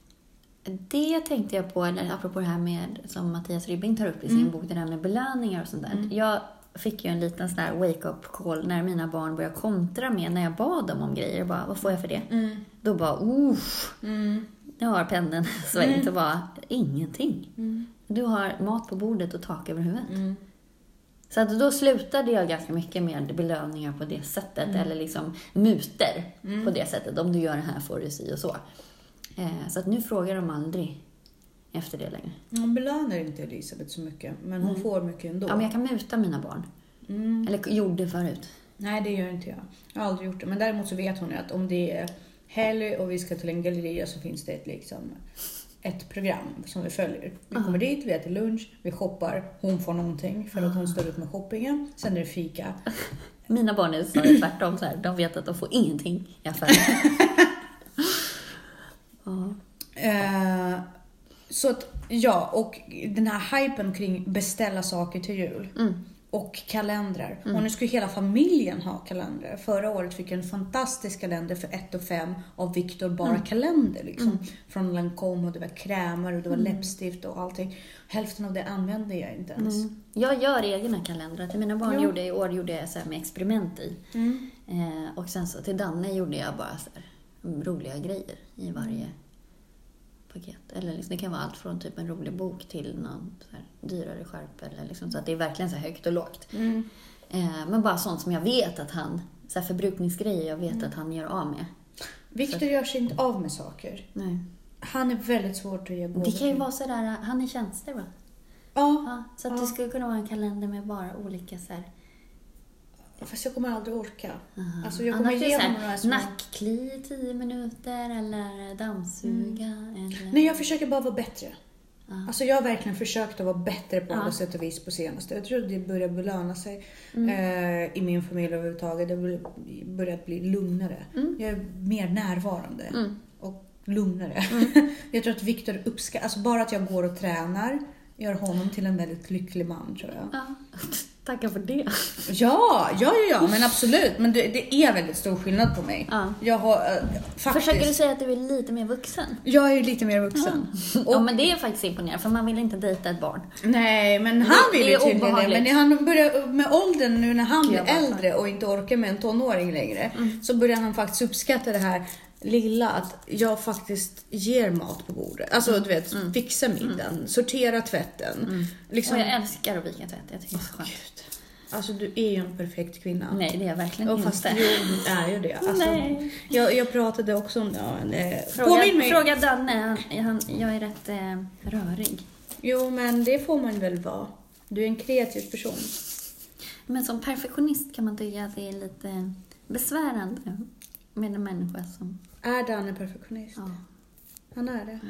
det tänkte jag på, eller apropå det här med, som Mattias Ribbing tar upp i sin mm. bok, det där med belöningar och sånt där. Mm. Jag fick ju en liten sån här wake-up call när mina barn började kontra med, när jag bad dem om grejer. Bara, vad får jag för det? Mm. Då bara, uff. Mm. Nu har pendeln svängt mm. och bara, ingenting. Mm. Du har mat på bordet och tak över huvudet. Mm. Så att då slutade jag ganska mycket med belöningar på det sättet. Mm. Eller liksom muter mm. på det sättet. Om du gör det här får du si och så. Eh, så att nu frågar de aldrig efter det längre. Hon belönar inte Elisabeth så mycket. Men hon mm. får mycket ändå. Ja, men jag kan muta mina barn. Mm. Eller gjorde förut. Nej, det gör inte jag. Jag har aldrig gjort det. Men däremot så vet hon ju att om det är helg och vi ska till en galleria så finns det ett liksom... ett program som vi följer. Vi kommer uh-huh. dit, vi äter lunch, vi shoppar, hon får någonting för att hon står ut med shoppingen. Sen är det fika. Mina barn är så tvärtom så här. De vet att de får ingenting i affären. uh-huh. uh, så att, ja, och den här hypen kring beställa saker till jul. Mm. Och kalendrar. Mm. Och nu skulle hela familjen ha kalendrar. Förra året fick jag en fantastisk kalender för ett och fem av Victor bara mm. kalender. Liksom. Mm. Från Lancome, och det var krämer och det var mm. läppstift och allting. Hälften av det använde jag inte ens. Mm. Jag gör egna kalendrar. Till mina barn ja. gjorde i år gjorde jag så här med experiment i. Mm. Eh, och sen så till Danne gjorde jag bara så här, roliga grejer i varje paket. Eller liksom, det kan vara allt från typ en rolig bok till någon så här dyrare skärp. Eller liksom, så att det är verkligen så här högt och lågt. Mm. Eh, men bara sånt som jag vet att han, så här förbrukningsgrejer jag vet mm. att han gör av med. Victor gör sig inte av med saker. Nej. Han är väldigt svårt att ge gåvor. Det kan ju vara sådär, han är tjänster va? Ja. Ja, så att ja. det skulle kunna vara en kalender med bara olika så här. Fast jag kommer aldrig orka. Uh-huh. Alltså jag kommer Annars ge är honom det några så små... här, nackkli i tio minuter eller dammsuga. Mm. Eller... Nej, jag försöker bara vara bättre. Uh-huh. Alltså jag har verkligen försökt att vara bättre på uh-huh. alla sätt och vis på senaste. Jag tror det börjar belöna sig mm. eh, i min familj överhuvudtaget. Det har börjat bli lugnare. Mm. Jag är mer närvarande mm. och lugnare. Mm. Jag tror att Victor uppskattar, alltså bara att jag går och tränar gör honom till en väldigt lycklig man, tror jag. Ja. Tackar för det. Ja, ja, ja, ja, men absolut. Men det, det är väldigt stor skillnad på mig. Ja. Jag har äh, faktiskt... Försöker du säga att du är lite mer vuxen? Jag är ju lite mer vuxen. Ja, och... ja men det är faktiskt imponerande, för man vill inte dejta ett barn. Nej, men han det, vill det ju tydligen det. Men när han börjar med åldern nu, när han blir äldre och inte orkar med en tonåring längre, mm. så börjar han faktiskt uppskatta det här lilla, att jag faktiskt ger mat på bordet. Alltså mm. du vet, mm. fixa middagen, mm. sortera tvätten. Mm. Liksom... Och jag älskar att vika tvätt, jag tycker det är så skönt. Oh, alltså du är ju en perfekt kvinna. Nej, det är jag verkligen och fast inte. Jo, du är ju det. Alltså, Nej. Jag, jag pratade också om det. Ja, fråga, mig. fråga Danne, han, han, jag är rätt eh, rörig. Jo, men det får man väl vara. Du är en kreativ person. Men som perfektionist kan man tycka att det är lite besvärande med en människa som... Är Danne perfektionist? Ja. Han är det.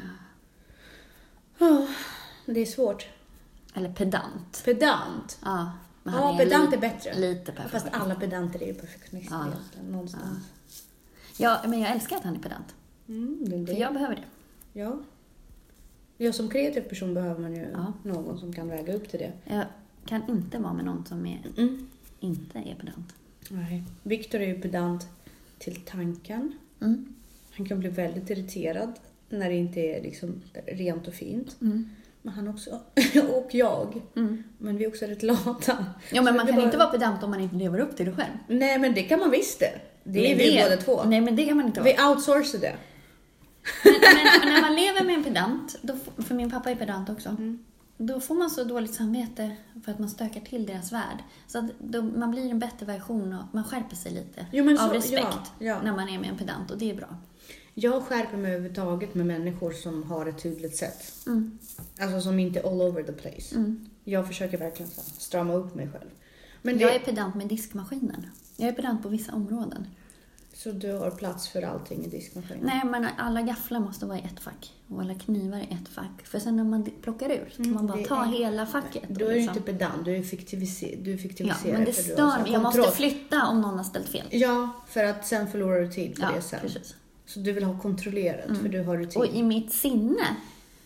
Ja. Oh, det är svårt. Eller pedant. Pedant? Ja. Men ja, är pedant li- är bättre. Lite perfektionist. Fast alla pedanter är ju perfektionister ja. egentligen, någonstans. Ja. ja, men jag älskar att han är pedant. Mm, det är det. För jag behöver det. Ja. Ja, som kreativ person behöver man ju ja. någon som kan väga upp till det. Jag kan inte vara med någon som är, mm. inte är pedant. Nej. Victor är ju pedant till tanken. Mm. Han kan bli väldigt irriterad när det inte är liksom rent och fint. Mm. Men han också, och jag. Mm. Men vi är också rätt lata. Ja, men så man kan bara... inte vara pedant om man inte lever upp till det själv. Nej, men det kan man visst det. Det nej, är vi det... båda två. Nej, men det kan man inte vara. Vi outsourcar det. Men, men när man lever med en pedant, då, för min pappa är pedant också, mm. då får man så dåligt samvete för att man stökar till deras värld. Så att då, man blir en bättre version och man skärper sig lite jo, men av så, respekt ja, ja. när man är med en pedant, och det är bra. Jag skärper mig överhuvudtaget med människor som har ett tydligt sätt. Mm. Alltså som inte all over the place. Mm. Jag försöker verkligen så, strama upp mig själv. Men jag det... är pedant med diskmaskinen. Jag är pedant på vissa områden. Så du har plats för allting i diskmaskinen? Nej, men alla gafflar måste vara i ett fack. Och alla knivar i ett fack. För sen när man plockar ut kan man bara mm, ta är... hela facket. Du är ju liksom. inte pedant, du är effektiviserad. Du effektiviserar. Ja, men det stör mig. Jag måste flytta om någon har ställt fel. Ja, för att sen förlorar du tid för ja, det sen. Precis. Så du vill ha kontrollerat, mm. för du har rutin. Och i mitt sinne,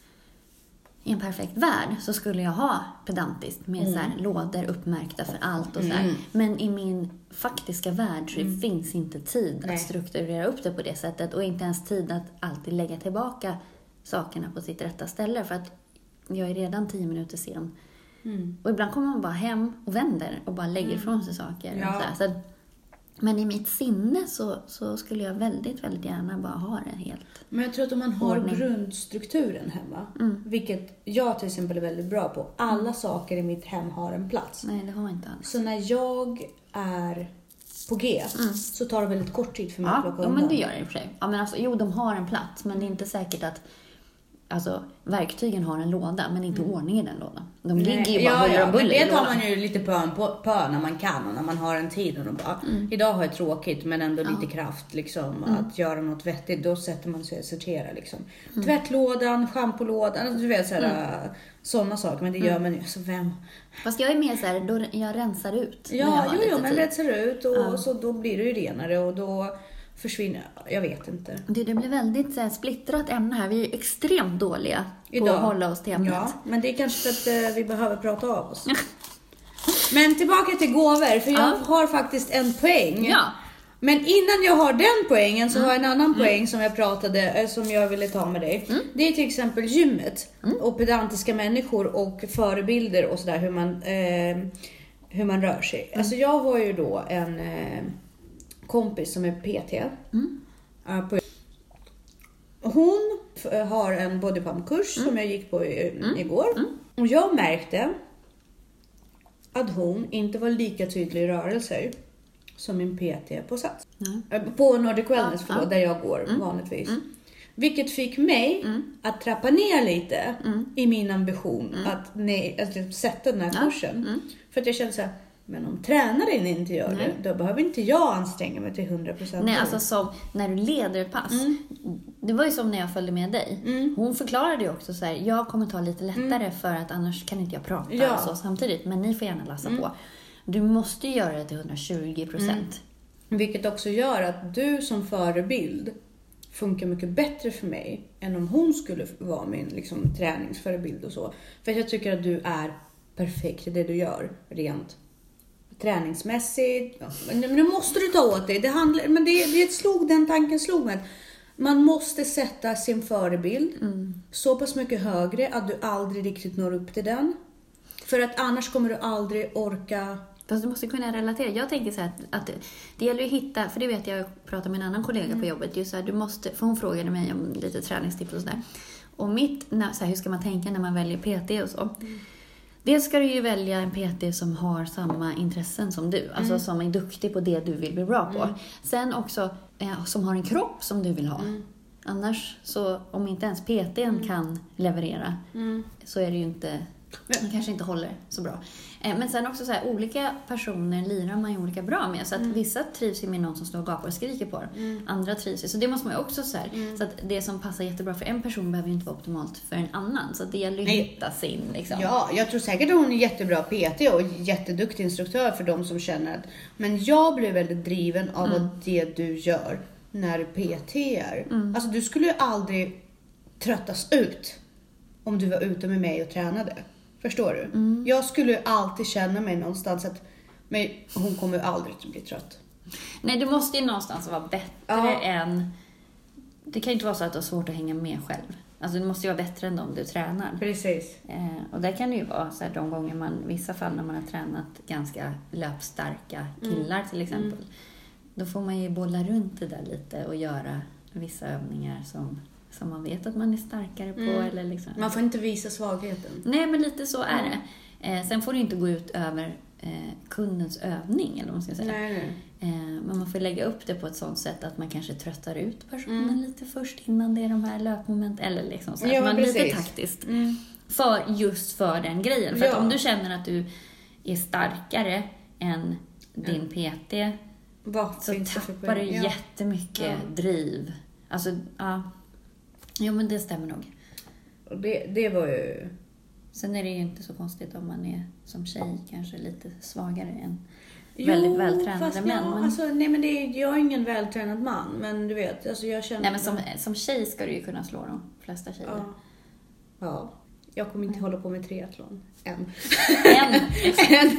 i en perfekt värld, så skulle jag ha pedantiskt med mm. så här, lådor uppmärkta för allt och så här. Mm. Men i min faktiska värld så mm. finns inte tid Nej. Att strukturera upp det på det sättet. Och inte ens tid att alltid lägga tillbaka sakerna på sitt rätta ställe. För att jag är redan tio minuter sen. Mm. Och ibland kommer man bara hem och vänder och bara lägger mm. ifrån sig saker. Ja. Och så här. Så, men i mitt sinne så, så skulle jag väldigt, väldigt gärna bara ha det helt. Men jag tror att om man har ordning. Grundstrukturen hemma, mm. vilket jag till exempel är väldigt bra på. Alla mm. saker i mitt hem har en plats. Nej, det har inte alls. Så när jag är på G mm. så tar det väldigt kort tid för mig ja, att plocka ja, undan. men det gör det i och för sig. Ja, men alltså, jo, de har en plats, men det är inte säkert att alltså, verktygen har en låda, men inte mm. ordning i den lådan. De Nej. ligger ju bara ja, huller ja, och buller men det i tar lådan. man ju lite pön på, på när man kan och när man har en tid. Och de bara, mm. idag har jag tråkigt men ändå ja. lite kraft liksom, mm. att göra något vettigt. Då sätter man sig och sorterar. Liksom. Mm. Tvättlådan, schampolådan, du vet sådär, mm. sådana saker. Men det gör man ju. Så vem... Fast jag är mer såhär, då jag rensar ut. Ja, jo, jo, men tid. rensar ut och ja. så då blir det ju renare och då försvinner, jag vet inte. Det, det blir väldigt så här, splittrat ämne här. Vi är extremt dåliga Idag. på att hålla oss till ämnet. Ja, men det är kanske för att eh, vi behöver prata av oss. Men tillbaka till gåvor, för jag ja. har faktiskt en poäng. Ja. Men innan jag har den poängen så mm. har jag en annan poäng mm. som jag pratade, som jag ville ta med dig. Mm. Det är till exempel gymmet mm. och pedantiska människor och förebilder och sådär, hur man, eh, hur man rör sig. Mm. Alltså jag har ju då en eh, kompis som är P T. Mm. Uh, på hon har en bodypump-kurs mm. som jag gick på i, mm. igår. Mm. Och jag märkte att hon inte var lika tydlig i rörelser som min P T på Sats. Mm. På Nordic Wellness, ja, förlåt, ja. där jag går mm. vanligtvis. Mm. Vilket fick mig mm. att trappa ner lite mm. i min ambition mm. att, nej, att sätta den här ja. kursen. Mm. För att jag kände så här, men om tränaren inte gör nej. det, då behöver inte jag anstränga mig till hundra procent. Nej, alltså som när du leder ett pass. Mm. Det var ju som när jag följde med dig. Mm. Hon förklarade ju också så här, jag kommer ta lite lättare mm. för att annars kan inte jag prata ja. så samtidigt. Men ni får gärna läsa mm. på. Du måste göra det till hundratjugo procent. Mm. Vilket också gör att du som förebild funkar mycket bättre för mig än om hon skulle vara min liksom, träningsförebild och så. För jag tycker att du är perfekt i det du gör, rent träningsmässigt. Ja, men nu måste du ta åt dig. Det handlar, men det, det slog, den tanken slog mig. Man måste sätta sin förebild mm. så pass mycket högre att du aldrig riktigt når upp till den. För att annars kommer du aldrig orka. Fast du måste kunna relatera. Jag tänker så här att, att det, det gäller att hitta, för det vet jag, jag pratade med en annan kollega mm. på jobbet. Just så här, du måste, för hon frågade mig om lite träningstips och sådär. Och mitt, så här, hur ska man tänka när man väljer P T och så? Mm. Dels ska du ju välja en P T som har samma intressen som du. Alltså mm. som är duktig på det du vill bli bra på. Mm. Sen också eh, som har en kropp som du vill ha. Mm. Annars så, om inte ens P T:n mm. kan leverera mm. så är det ju inte, man kanske inte håller så bra. Eh, men sen också så här, olika personer lirar man ju olika bra med. Så att mm. vissa trivs ju med någon som står och gapar och skriker på dem. Mm. Andra trivs ju. Så det måste man ju också så här. Mm. Så att det som passar jättebra för en person behöver ju inte vara optimalt för en annan. Så att det gäller ju att hitta sin liksom. Ja, jag tror säkert att hon är jättebra P T och jätteduktig instruktör för de som känner att. Men jag blev väldigt driven av mm. det du gör när du P T är. Mm. Alltså du skulle ju aldrig tröttas ut om du var ute med mig och tränade. Förstår du? Mm. Jag skulle ju alltid känna mig någonstans att men hon kommer ju aldrig att bli trött. Nej, du måste ju någonstans vara bättre ja. än. Det kan ju inte vara så att du har svårt att hänga med själv. Alltså du måste ju vara bättre än de du tränar. Precis. Eh, och där kan det ju vara så här, de gånger man, vissa fall när man har tränat ganska löpstarka killar mm. till exempel. Mm. Då får man ju bolla runt det där lite och göra vissa övningar som som man vet att man är starkare på. Mm. Eller liksom. Man får inte visa svagheten. Nej, men lite så är mm. det. Eh, sen får det inte gå ut över eh, kundens övning, eller vad man ska säga. Nej, nej. Eh, men man får lägga upp det på ett sånt sätt att man kanske tröttar ut personen mm. lite först innan det är de här löpmoment. Eller liksom så. Ja, att man precis. lite taktiskt. Mm. För, just för den grejen. För ja. att om du känner att du är starkare än din mm. P T Vad så tappar du ja. jättemycket ja. driv. Alltså, ja. Jo, men det stämmer nog. Och det, det var ju. Sen är det ju inte så konstigt om man är som tjej kanske lite svagare än jo, väldigt vältränade män. Ja, men... alltså, nej, men det är, jag är ingen vältränad man, men du vet, alltså jag känner. Nej, men som, som tjej ska du ju kunna slå de flesta tjejer. Ja. Ja. Jag kommer inte mm. hålla på med triathlon än. Än. än.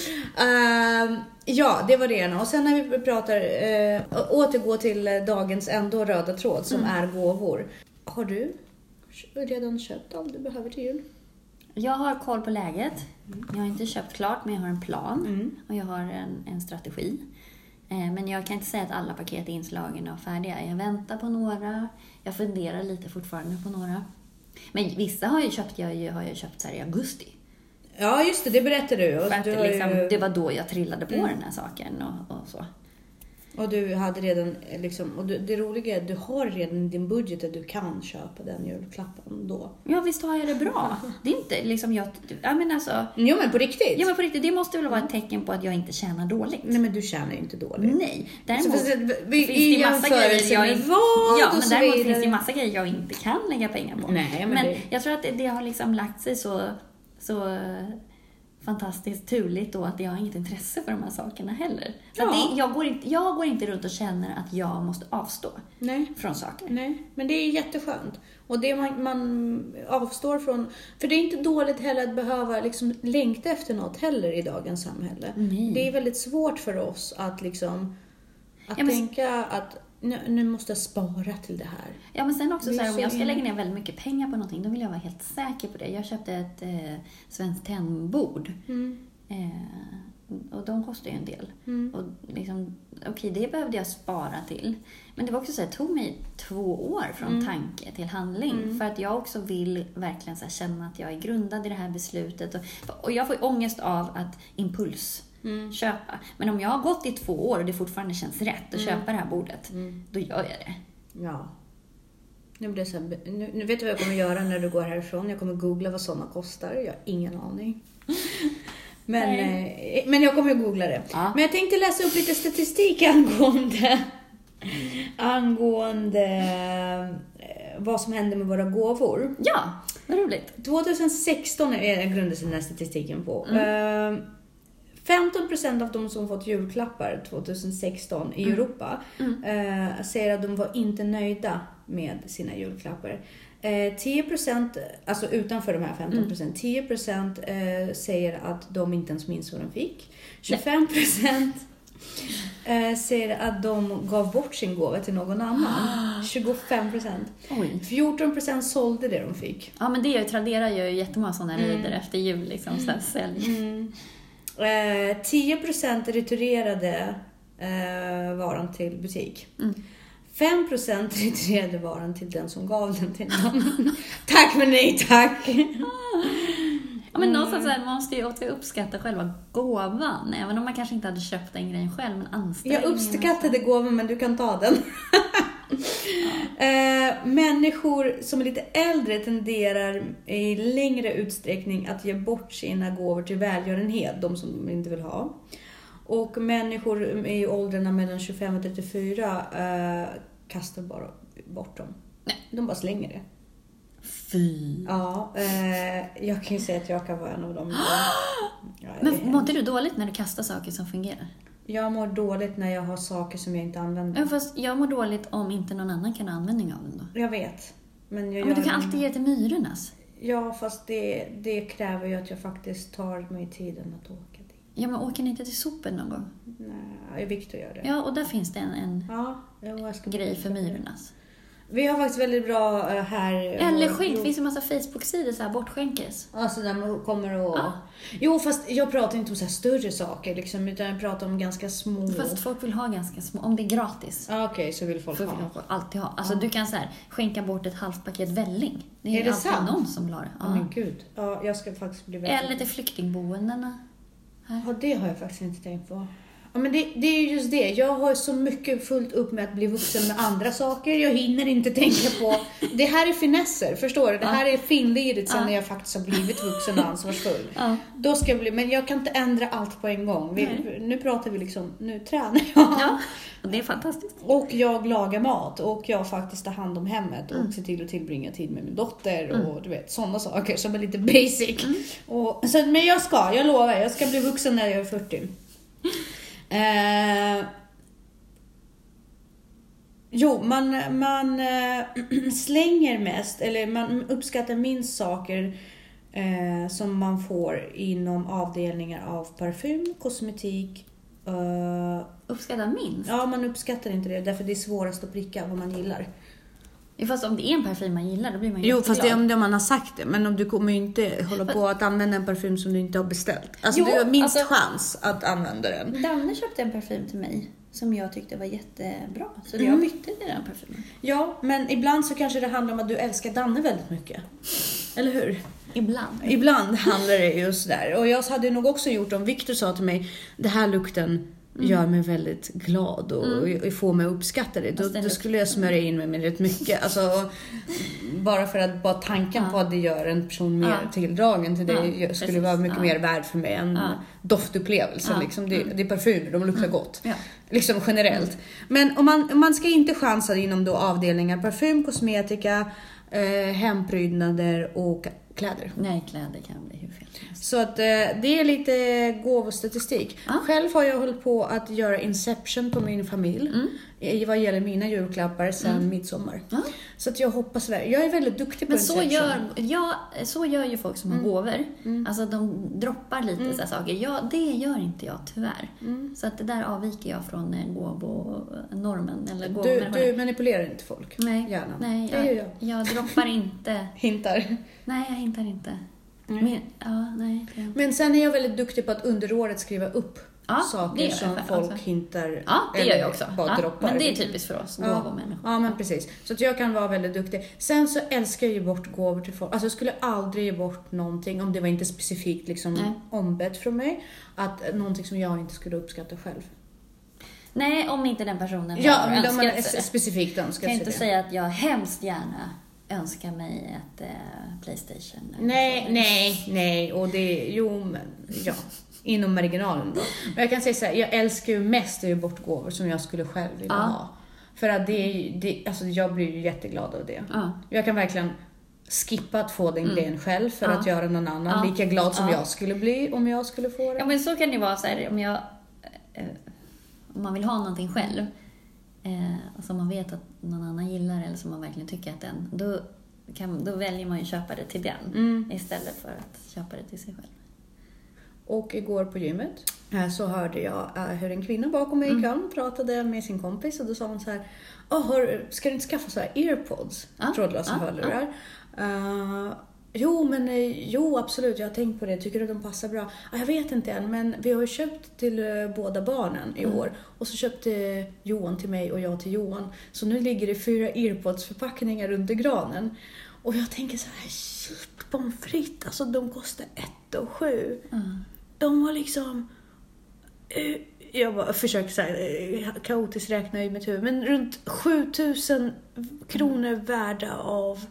uh, ja, det var det ena. Och sen när vi pratar uh, återgå till dagens ändå röda tråd som mm. är gåvor. Har du redan köpt allt du behöver till jul? Jag har koll på läget. Mm. Jag har inte köpt klart, men jag har en plan. Mm. Och jag har en, en strategi. Eh, men jag kan inte säga att alla paket är inslagna och färdiga. Jag väntar på några. Jag funderar lite fortfarande på några. Men vissa har jag köpt, jag har jag köpt så här i augusti. Ja, just det, det berättade du. Och För att du det, liksom, ju... det var då jag trillade på mm. den här saken och, och så. Och du hade redan, liksom, och du, det roliga är att du har redan din budget att du kan köpa den julklappen då. Ja, visst har jag det bra. Det är inte liksom, jag, jag menar alltså. Jo, men på riktigt. Ja, men på riktigt, det måste väl vara ett tecken på att jag inte tjänar dåligt. Nej, men du tjänar ju inte dåligt. Nej, däremot så, vi, finns det massa grejer jag inte, vad ja, men däremot finns det massa grejer jag inte kan lägga pengar på. Nej, men men det... jag tror att det, det har liksom lagt sig så, så fantastiskt turligt då att jag har inget intresse för de här sakerna heller. Så ja. det, jag, går inte, jag går inte runt och känner att jag måste avstå Nej. från saker. Nej, men det är jätteskönt. Och det man, man avstår från, för det är inte dåligt heller att behöva liksom längta efter något heller i dagens samhälle. Nej. Det är väldigt svårt för oss att liksom att ja, men... tänka att nu, nu måste jag spara till det här. Ja, men sen också så här, om så jag ska in... lägga ner väldigt mycket pengar på någonting, då vill jag vara helt säker på det. Jag köpte ett eh, svenskt tennbord. Mm. Eh, och de kostar ju en del. Mm. Och liksom, okej, det behövde jag spara till. Men det var också så här, det tog mig två år från mm. tanke till handling. Mm. För att jag också vill verkligen så här, känna att jag är grundad i det här beslutet. Och, och jag får ångest av att impuls mm. köpa. Men om jag har gått i två år och det fortfarande känns rätt att mm. köpa det här bordet, mm. då gör jag det. Ja. Nu, blir så här, nu, nu vet du vad jag kommer göra när du går härifrån. Jag kommer googla vad sådana kostar. Jag har ingen aning. Men, eh, men jag kommer att googla det. Ja. Men jag tänkte läsa upp lite statistik angående, angående eh, vad som händer med våra gåvor. Ja, vad roligt. tjugohundrasexton är grundas den här statistiken på. Mm. Eh, femton procent av de som fått julklappar tjugohundrasexton i mm. Europa mm. Eh, säger att de var inte nöjda med sina julklappar. Eh, tio procent, alltså utanför de här femton procent, mm. tio procent eh, säger att de inte ens minns vad de fick. tjugofem procent eh, säger att de gav bort sin gåva till någon annan. tjugofem procent. Oj. fjorton procent sålde det de fick. Ja, men det är ju, Tradera gör ju jättemånga sådana mm. rider efter jul liksom, så här sälj. Mm. Eh, tio procent returerade eh, varan till butik. Mm. fem procent returerade varan till den som gav den till någon. Tack men nej tack. Ja, men någonstans mm. man måste ju också uppskatta själva gåvan. Även om man kanske inte hade köpt den grejen själv. Men ansträngningen. Jag uppskattade gåvan, men du kan ta den. Ja. eh, människor som är lite äldre tenderar i längre utsträckning att ge bort sina gåvor till välgörenhet. De som de inte vill ha. Och människor i åldrarna mellan tjugofem och trettiofyra eh, kastar bara bort dem. Nej. De bara slänger det. Fy. Ja, eh, jag kan ju säga att jag kan vara en av dem. Ja, men mår inte du dåligt när du kastar saker som fungerar? Jag mår dåligt när jag har saker som jag inte använder. Ja, fast jag mår dåligt om inte någon annan kan ha användning av den då. Jag vet. Men, jag ja, men du kan alltid ge till myrornas. Ja, fast det, det kräver ju att jag faktiskt tar mig tiden att åka dit. Ja, men åker ni inte till sopen någon gång? Nej, Victor gör det. Ja, och där finns det en, en ja, jag ska grej för myrornas. Vi har faktiskt väldigt bra här. Eller skänk, det finns en massa Facebook-sidor så här bortskänkes. Alltså där man kommer och... Ja. Jo, fast jag pratar inte om så här större saker liksom, utan jag pratar om ganska små. Fast folk vill ha ganska små, om det är gratis. Ja, okej, okay, så vill folk, folk ha. Vill alltid ha. Alltså ja. Du kan så här skänka bort ett halvt paket välling. Det är, är det alltid sant? Någon som vill ha det. Ja, oh, men gud. Ja, jag ska faktiskt bli väldigt... Eller till flyktingboendena. Här. Ja, det har jag faktiskt inte tänkt på. Ja, men det, det är just det. Jag har så mycket fullt upp med att bli vuxen med andra saker. Jag hinner inte tänka på... Det här är finesser, förstår du? Det här är finlidigt sen ja. När jag faktiskt har blivit vuxen och ansvarsfull. Ja. Då ska jag bli... Men jag kan inte ändra allt på en gång. Vi, nu pratar vi liksom... Nu tränar jag. Ja, och det är fantastiskt. Och jag lagar mat. Och jag faktiskt tar hand om hemmet. Och mm. ser till att tillbringa tid med min dotter. Mm. Och du vet, sådana saker som är lite basic. Mm. Och, så, men jag ska, jag lovar. Jag ska bli vuxen när jag är fyrtio. Eh, jo, man, man eh, slänger mest, eller man uppskattar minst saker eh, som man får inom avdelningar av parfym, kosmetik. Eh, uppskattar minst? Ja, man uppskattar inte det, därför det är svårast att pricka vad man gillar. Fast om det är en parfym man gillar, då blir man ju Jo, fast det är om det man har sagt det. Men om du kommer ju inte hålla på att använda en parfym som du inte har beställt. Alltså jo, du har minst alltså, chans att använda den. Danne köpte en parfym till mig som jag tyckte var jättebra. Så mm. jag bytte till den parfymen. Ja, men ibland så kanske det handlar om att du älskar Danne väldigt mycket. Eller hur? Ibland. Ibland handlar det just där. Och jag hade nog också gjort om Victor sa till mig, det här lukten Mm. gör mig väldigt glad och, mm. och får mig att uppskatta det. Då, då skulle jag smörja in mig med rätt mycket. Alltså, bara för att bara tanken ja. På att det gör en person mer ja. Tilldragen till det ja, skulle vara mycket ja. Mer värd för mig än ja. Doftupplevelse. Ja. Liksom. Det, det är parfymer, de luktar mm. gott. Ja. Liksom generellt. Mm. Men om man, om man ska inte chansa inom då avdelningar parfym, kosmetika, eh, hemprydnader och kläder. Nej, kläder kan bli hur fel. Så att eh, det är lite gåvostatistik. Ah. Själv har jag hållit på att göra Inception på min familj. Mm. I vad gäller mina julklappar sedan mm. midsommar. Ah. Så att jag hoppas väl. Jag är väldigt duktig på Men Inception. Så gör, ja, så gör ju folk som har mm. gåvor. Mm. Alltså de droppar lite mm. så här saker. Ja, det gör inte jag tyvärr. Mm. Så att det där avviker jag från gåvonormen. Eller du, du manipulerar inte folk? Nej, gärna. Nej jag, det gör jag. jag droppar inte. Hintar? Nej, jag hintar inte. Mm. Men, ja, nej, Men sen är jag väldigt duktig på att under året skriva upp Ja, det saker gör jag som för- folk också. hintar. Ja, det gör jag också. Bara Ja, droppar. men det är typiskt för oss, Ja. gåvomänniskor. Ja, men precis. Så att jag kan vara väldigt duktig. Sen så älskar jag ju bort gåvor till folk. Alltså jag skulle aldrig ge bort någonting om det var inte specifikt liksom Nej. ombett från mig. Att någonting som jag inte skulle uppskatta själv. Nej, om inte den personen Ja, har men de har önskat sig det. specifikt Jag önskat kan sig inte det. säga att jag hemskt gärna önskar mig ett eh, Playstation. eller Nej, så. nej, nej. Och det, jo men, ja. Inom marginalen då. Men jag kan säga så här, jag älskar ju mest att ge bort gåvor som jag skulle själv vilja Ja. ha. För att det är ju- det, alltså jag blir ju jätteglad av det. Ja. Jag kan verkligen skippa att få den grejen själv för Ja. att göra någon annan Ja. lika glad som Ja. jag skulle bli om jag skulle få det. Ja, men så kan det vara så här, om jag eh, om man vill ha någonting själv eh, och som man vet att någon annan gillar eller som man verkligen tycker att den, då, kan, då väljer man ju köpa det till den Mm. istället för att köpa det till sig själv. Och igår på gymmet eh, så hörde jag eh, hur en kvinna bakom mig i kön pratade med sin kompis och då sa hon så här: "Åh, har, ska du inte skaffa så här earpods?" Ja, Trådlösa ja, hörlurar. Eh, jo, men eh, jo, absolut, jag har tänkt på det. Tycker du att de passar bra? Ah, jag vet inte än, men vi har ju köpt till eh, båda barnen i år. Och så köpte Johan till mig och jag till Johan. Så nu ligger det fyra earpods-förpackningar under granen. Och jag tänker så här, shit, pommes frites, alltså de kostar ett och sju. Mm. De var liksom... eh, Jag bara försöker så här, eh, kaotiskt räkna i mitt huvud. Men runt sjutusen kronor värda av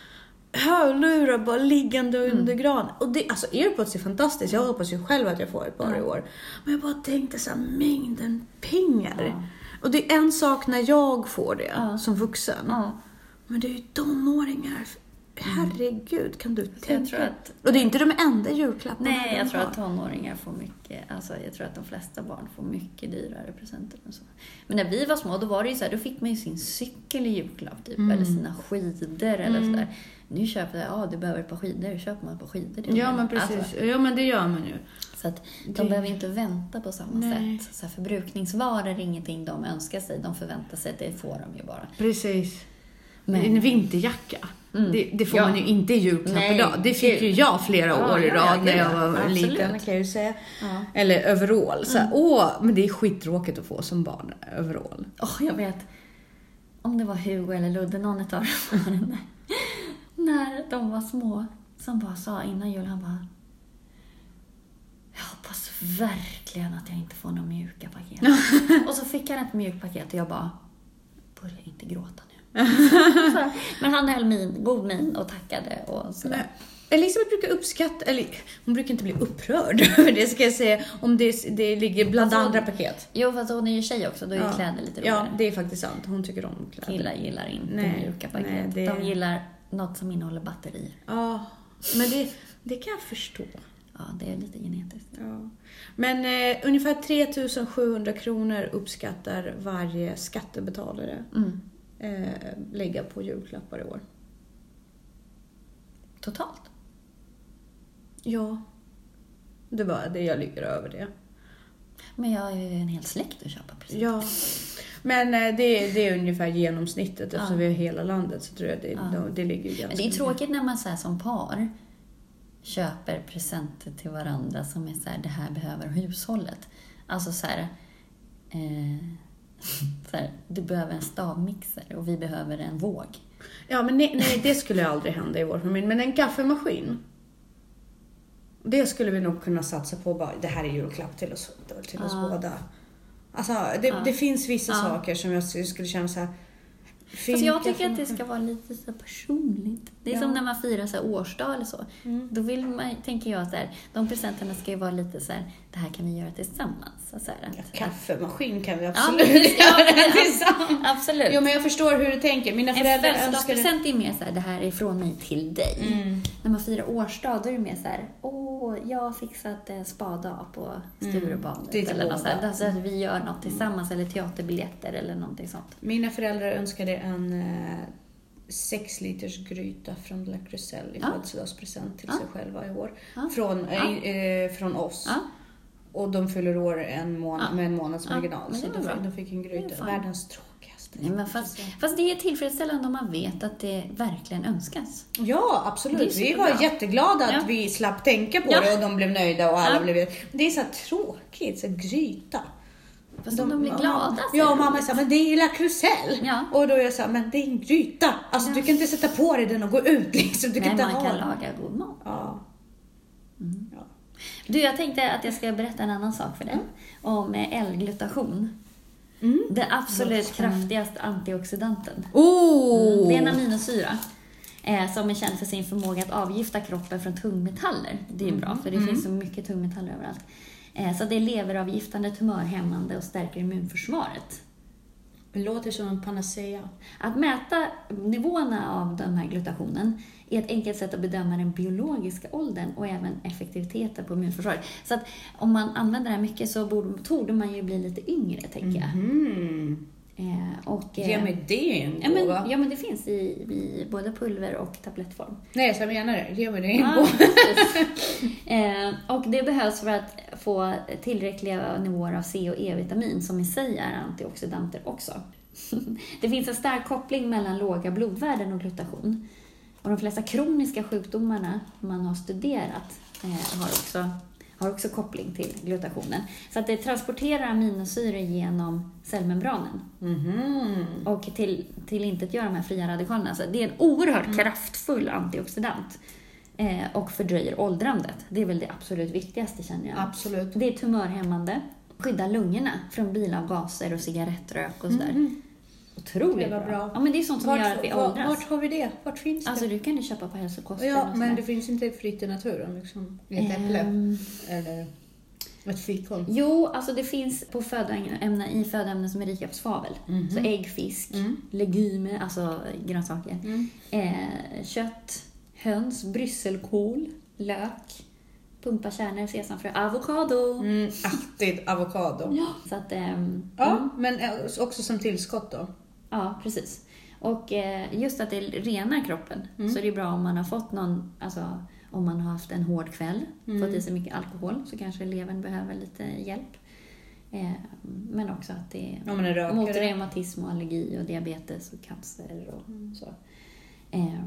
hörlurar bara liggande under gran. Och det, alltså airpods är fantastiskt. Jag hoppas ju själv att jag får ett par i år. Men jag bara tänkte så här, mängden pengar. Ja. Och det är en sak när jag får det Ja. som vuxen. Ja. Men det är ju tonåringar. Herregud, kan du tänka? Jag tror att, Och det är inte de enda julklapparna nej, de jag tror har. att tonåringar får mycket, alltså jag tror att de flesta barn får mycket dyrare presenter än så. Men när vi var små, då var det ju så här, då fick man ju sin cykel i julklapp typ, eller sina skidor eller Mm. sådär. Nu köper jag, ja du behöver ett par skidor, köper man ett par skidor. Ja, men precis. Alltså, Ja, men det gör man ju. så att de Det- behöver inte vänta på samma Nej. sätt. Så här, förbrukningsvaror är ingenting de önskar sig, de förväntar sig, det får de ju bara. Precis. Men- En vinterjacka. Mm. Det, det får Ja. man ju inte i julklapp Nej, idag. Det fick ju gud. jag flera Ja, år i ja, rad ja, när jag ja, var absolut. liten, kan jag ju säga. Ja. Eller overall. Så här, åh, men det är skittråkigt att få som barn, overall. Åh, jag vet. Om det var Hugo eller Ludde, någon av dem var det när, när de var små, som bara sa innan jul, han bara: jag hoppas verkligen att jag inte får några mjuka paket. Och så fick han ett mjukt paket och jag bara: börja inte gråta nu. Så, men han höll min, god min och tackade och sådär. Nej. Elisabeth brukar uppskatta, eller hon brukar inte bli upprörd över det, ska jag säga, om det, det ligger bland Alltså, andra paket. Jo, fast hon är ju tjej också, då är ju Ja. kläder lite Ja, roligare. det är faktiskt sant. Hon tycker om kläder. Killar gillar inte Nej, mjuka paket. nej, det- De gillar något som innehåller batterier. Ja, men det, det kan jag förstå. Ja, det är lite genetiskt. Ja. Men eh, ungefär tre tusen sjuhundra kronor uppskattar varje skattebetalare Mm. eh, lägga på julklappar i år. Totalt. Ja, det var det, jag ligger över det. Men jag är ju en hel släkt att köpa present. Ja, men eh, det, det är ungefär genomsnittet. Eftersom Ja. vi har hela landet så tror jag det, Ja. det, det ligger ju ganska Men det är mycket. tråkigt när man så här, som par köper presenter till varandra som är så här, det här behöver hushållet. Alltså så här, eh, så här, du behöver en stavmixer och vi behöver en våg. Ja, men nej, nej, det skulle aldrig hända i vår familj. Men en kaffemaskin, det skulle vi nog kunna satsa på. Bara, det här är julklapp till oss, till oss Ja. båda. Alltså, det, Ja. det finns vissa Ja. saker som jag skulle känna så här. Fast jag tycker att det ska vara lite så personligt. Det är Ja. som när man firar så här årsdag eller så. Mm. Då vill man, tänker jag så här, de presenterna ska ju vara lite så här, det här kan vi göra tillsammans. Så här, att, Kaffemaskin kan vi Ja, absolut men det ska- göra ja, tillsammans. Absolut. Jo, men jag förstår hur du tänker. Mina En föräldrar önskar det. födelsedagspresent är mer så här, det här är från mig till dig. Mm. När man firar årsdag, då är det mer så här, åh, jag har fixat en spa-dag på Sturebadet. Det är till eller något så här, båda. alltså att vi gör något tillsammans, eller teaterbiljetter eller någonting sånt. Mina föräldrar önskade en eh, sex liters gryta från La Cruselle i Ja. födelsedagspresent till Ja. sig själva i år. Ja. Från, Ja. eh, från oss. Ja. Och de fyller år en månad, Ja. med en månads Ja, marginal. men Så det de var fick, bra. de fick en Det är gryta. fine. Världens tråkigaste Nej, men fast, fast det är tillfredsställande om man vet att det verkligen önskas. Ja, absolut. Vi var bra. jätteglada att ja. vi slapp tänka på ja. det och de blev nöjda och alla ja. blev... Det är så tråkigt, så gryta. Fast de, de blir glada. Ja, och mamma sa, men det är lakrusell. Ja. Och då är jag så, men det är en gryta. Alltså ja. du kan inte sätta på dig den och gå ut liksom. Du Nej, kan inte man ha kan laga god mat. Ja. Mm. ja. Du, jag tänkte att jag ska berätta en annan sak för dig. Mm. Om L-glutation. Mm. Den absolut kraftigaste antioxidanten. Oh. Mm. Det är en aminosyra. Eh, som är känd för sin förmåga att avgifta kroppen från tungmetaller. Det är mm. bra, för det mm. finns så mycket tungmetaller överallt. Eh, så det är leveravgiftande, tumörhämmande och stärker immunförsvaret. Det låter som en panacea. Att mäta nivåerna av den här glutationen är ett enkelt sätt att bedöma den biologiska åldern och även effektiviteten på immunförsvaret. Så att om man använder det här mycket så borde, torde man ju bli lite yngre, tänker jag. Mm. Eh, och, Ge mig det en ja, men, ja, men det finns i, i både pulver och tablettform. Nej, jag menar det. Ge mig det en ja, eh, Och det behövs för att få tillräckliga nivåer av C och E-vitamin som i sig är antioxidanter också. Det finns en stark koppling mellan låga blodvärden och glutation. Och de flesta kroniska sjukdomarna man har studerat eh, har också har också koppling till glutationen. Så att det transporterar aminosyror genom cellmembranen. Mm-hmm. Och till, till inte att göra de här fria radikalerna. Så det är en oerhört mm. kraftfull antioxidant. Eh, och fördröjer åldrandet. Det är väl det absolut viktigaste, känner jag. Absolut. Det är tumörhämmande. Skyddar lungorna från bilavgaser och cigarettrök och sådär. Mm. Otroligt bra. bra. Ja, men det är sånt som vart, gör att vi åldras. Vart har vi det? Vart finns det? Alltså, du kan ju köpa på hälsokosten. Ja, men det finns inte fritt i naturen. Liksom. Ett äpple. Um, eller ett fikon. Jo, alltså det finns på födoämnen, i födoämnen som är rika på svavel. Mm-hmm. Så ägg, fisk, mm. legumer, alltså grönsaker. Mm. Eh, kött, höns, brysselkål, lök, pumpakärnor, sesamfrö, avokado. Mm, alltid avokado. Ja, så att, ähm, ja mm. men också som tillskott då. Ja, precis. Och eh, just att det renar kroppen. Mm. Så det är bra om man har fått någon, alltså om man har haft en hård kväll, mm. fått i sig mycket alkohol, så kanske levern behöver lite hjälp. Eh, men också att det är ja, mot reumatism och allergi och diabetes och cancer och mm. så. Eh,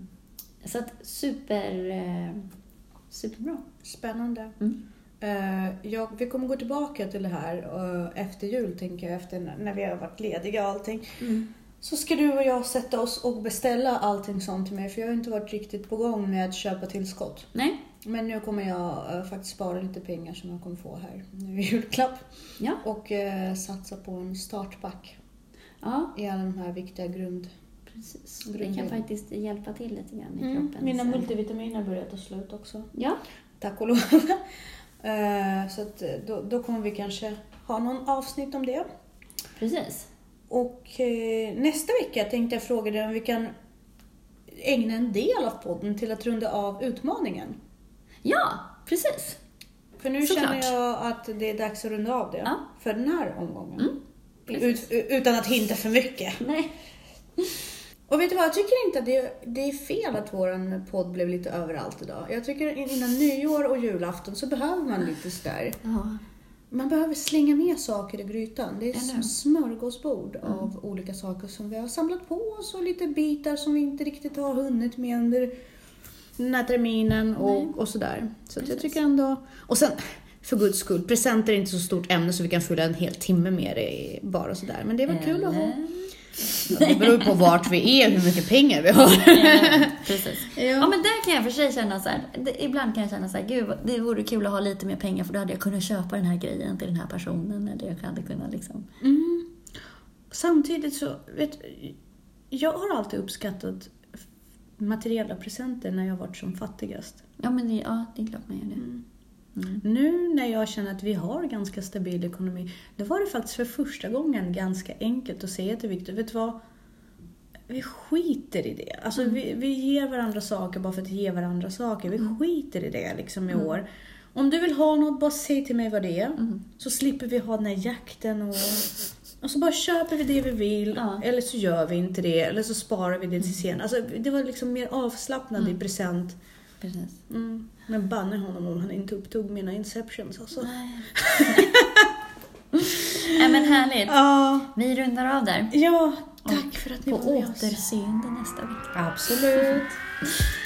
så att super, eh, superbra. Spännande. Mm. Uh, jag, vi kommer gå tillbaka till det här uh, efter jul, tänker jag, efter när, när vi har varit lediga och allting. Mm. Så ska du och jag sätta oss och beställa allting sånt till mig, för jag har inte varit riktigt på gång med att köpa tillskott. Nej. Men nu kommer jag uh, faktiskt spara lite pengar som jag kommer få här nu i julklapp. Ja. Och uh, satsa på en startpack. Ja. I alla de här viktiga grund. Precis. Det kan faktiskt hjälpa till lite grann i mm. kroppen. Mina multivitaminer börjar ta slut också. Ja. Tack och lov. Uh, så att då, då kommer vi kanske ha någon avsnitt om det. Precis. Och uh, nästa vecka tänkte jag fråga dig om vi kan ägna en del av podden till att runda av utmaningen. Ja, precis. För nu så känner klart. jag att det är dags att runda av det. Ja. För den här omgången. Mm, Ut, utan att hinta för mycket. Nej. Och vet du vad, jag tycker inte att det, det är fel att våran podd blev lite överallt idag. Jag tycker innan nyår och julafton så behöver man lite sådär. Ja. Man behöver slänga med saker i grytan. Det är Eller? som smörgåsbord Mm. av olika saker som vi har samlat på oss. Och lite bitar som vi inte riktigt har hunnit med under den här terminen och, och sådär. Så att jag tycker ändå... Och sen, för guds skull, presenter är inte så stort ämne så vi kan fylla en hel timme med det bara sådär. Men det var kul att ha. Det beror på vart vi är, hur mycket pengar vi har. Ja, precis. Ja. Ja, men där kan jag för sig känna så här, det, ibland kan jag känna så här, gud, det vore kul att ha lite mer pengar för då hade jag kunnat köpa den här grejen till den här personen, eller jag hade kunnat liksom. Mm. Samtidigt så, vet jag har alltid uppskattat materiella presenter när jag har varit som fattigast. Ja, men det, ja, det är klart man gör det. Mm. Mm. Nu när jag känner att vi har ganska stabil ekonomi, då var det faktiskt för första gången ganska enkelt att säga till Victor, vet du vad? Vi skiter i det. Alltså mm. vi, vi ger varandra saker bara för att ge varandra saker. Vi mm. skiter i det liksom i mm. år. Om du vill ha något, bara säg till mig vad det är. Mm. Så slipper vi ha den här jakten och... Och så bara köper vi det vi vill. Ja. Eller så gör vi inte det. Eller så sparar vi det till sen. Alltså det var liksom mer avslappnande mm. i present. Precis. Mm. Men banne honom om han inte upptog mina inceptions. Alltså. Nej. Nej, men härligt. Ja. Vi rundar av där. Ja, tack för att ni På var med oss. återseende nästa vecka. Absolut.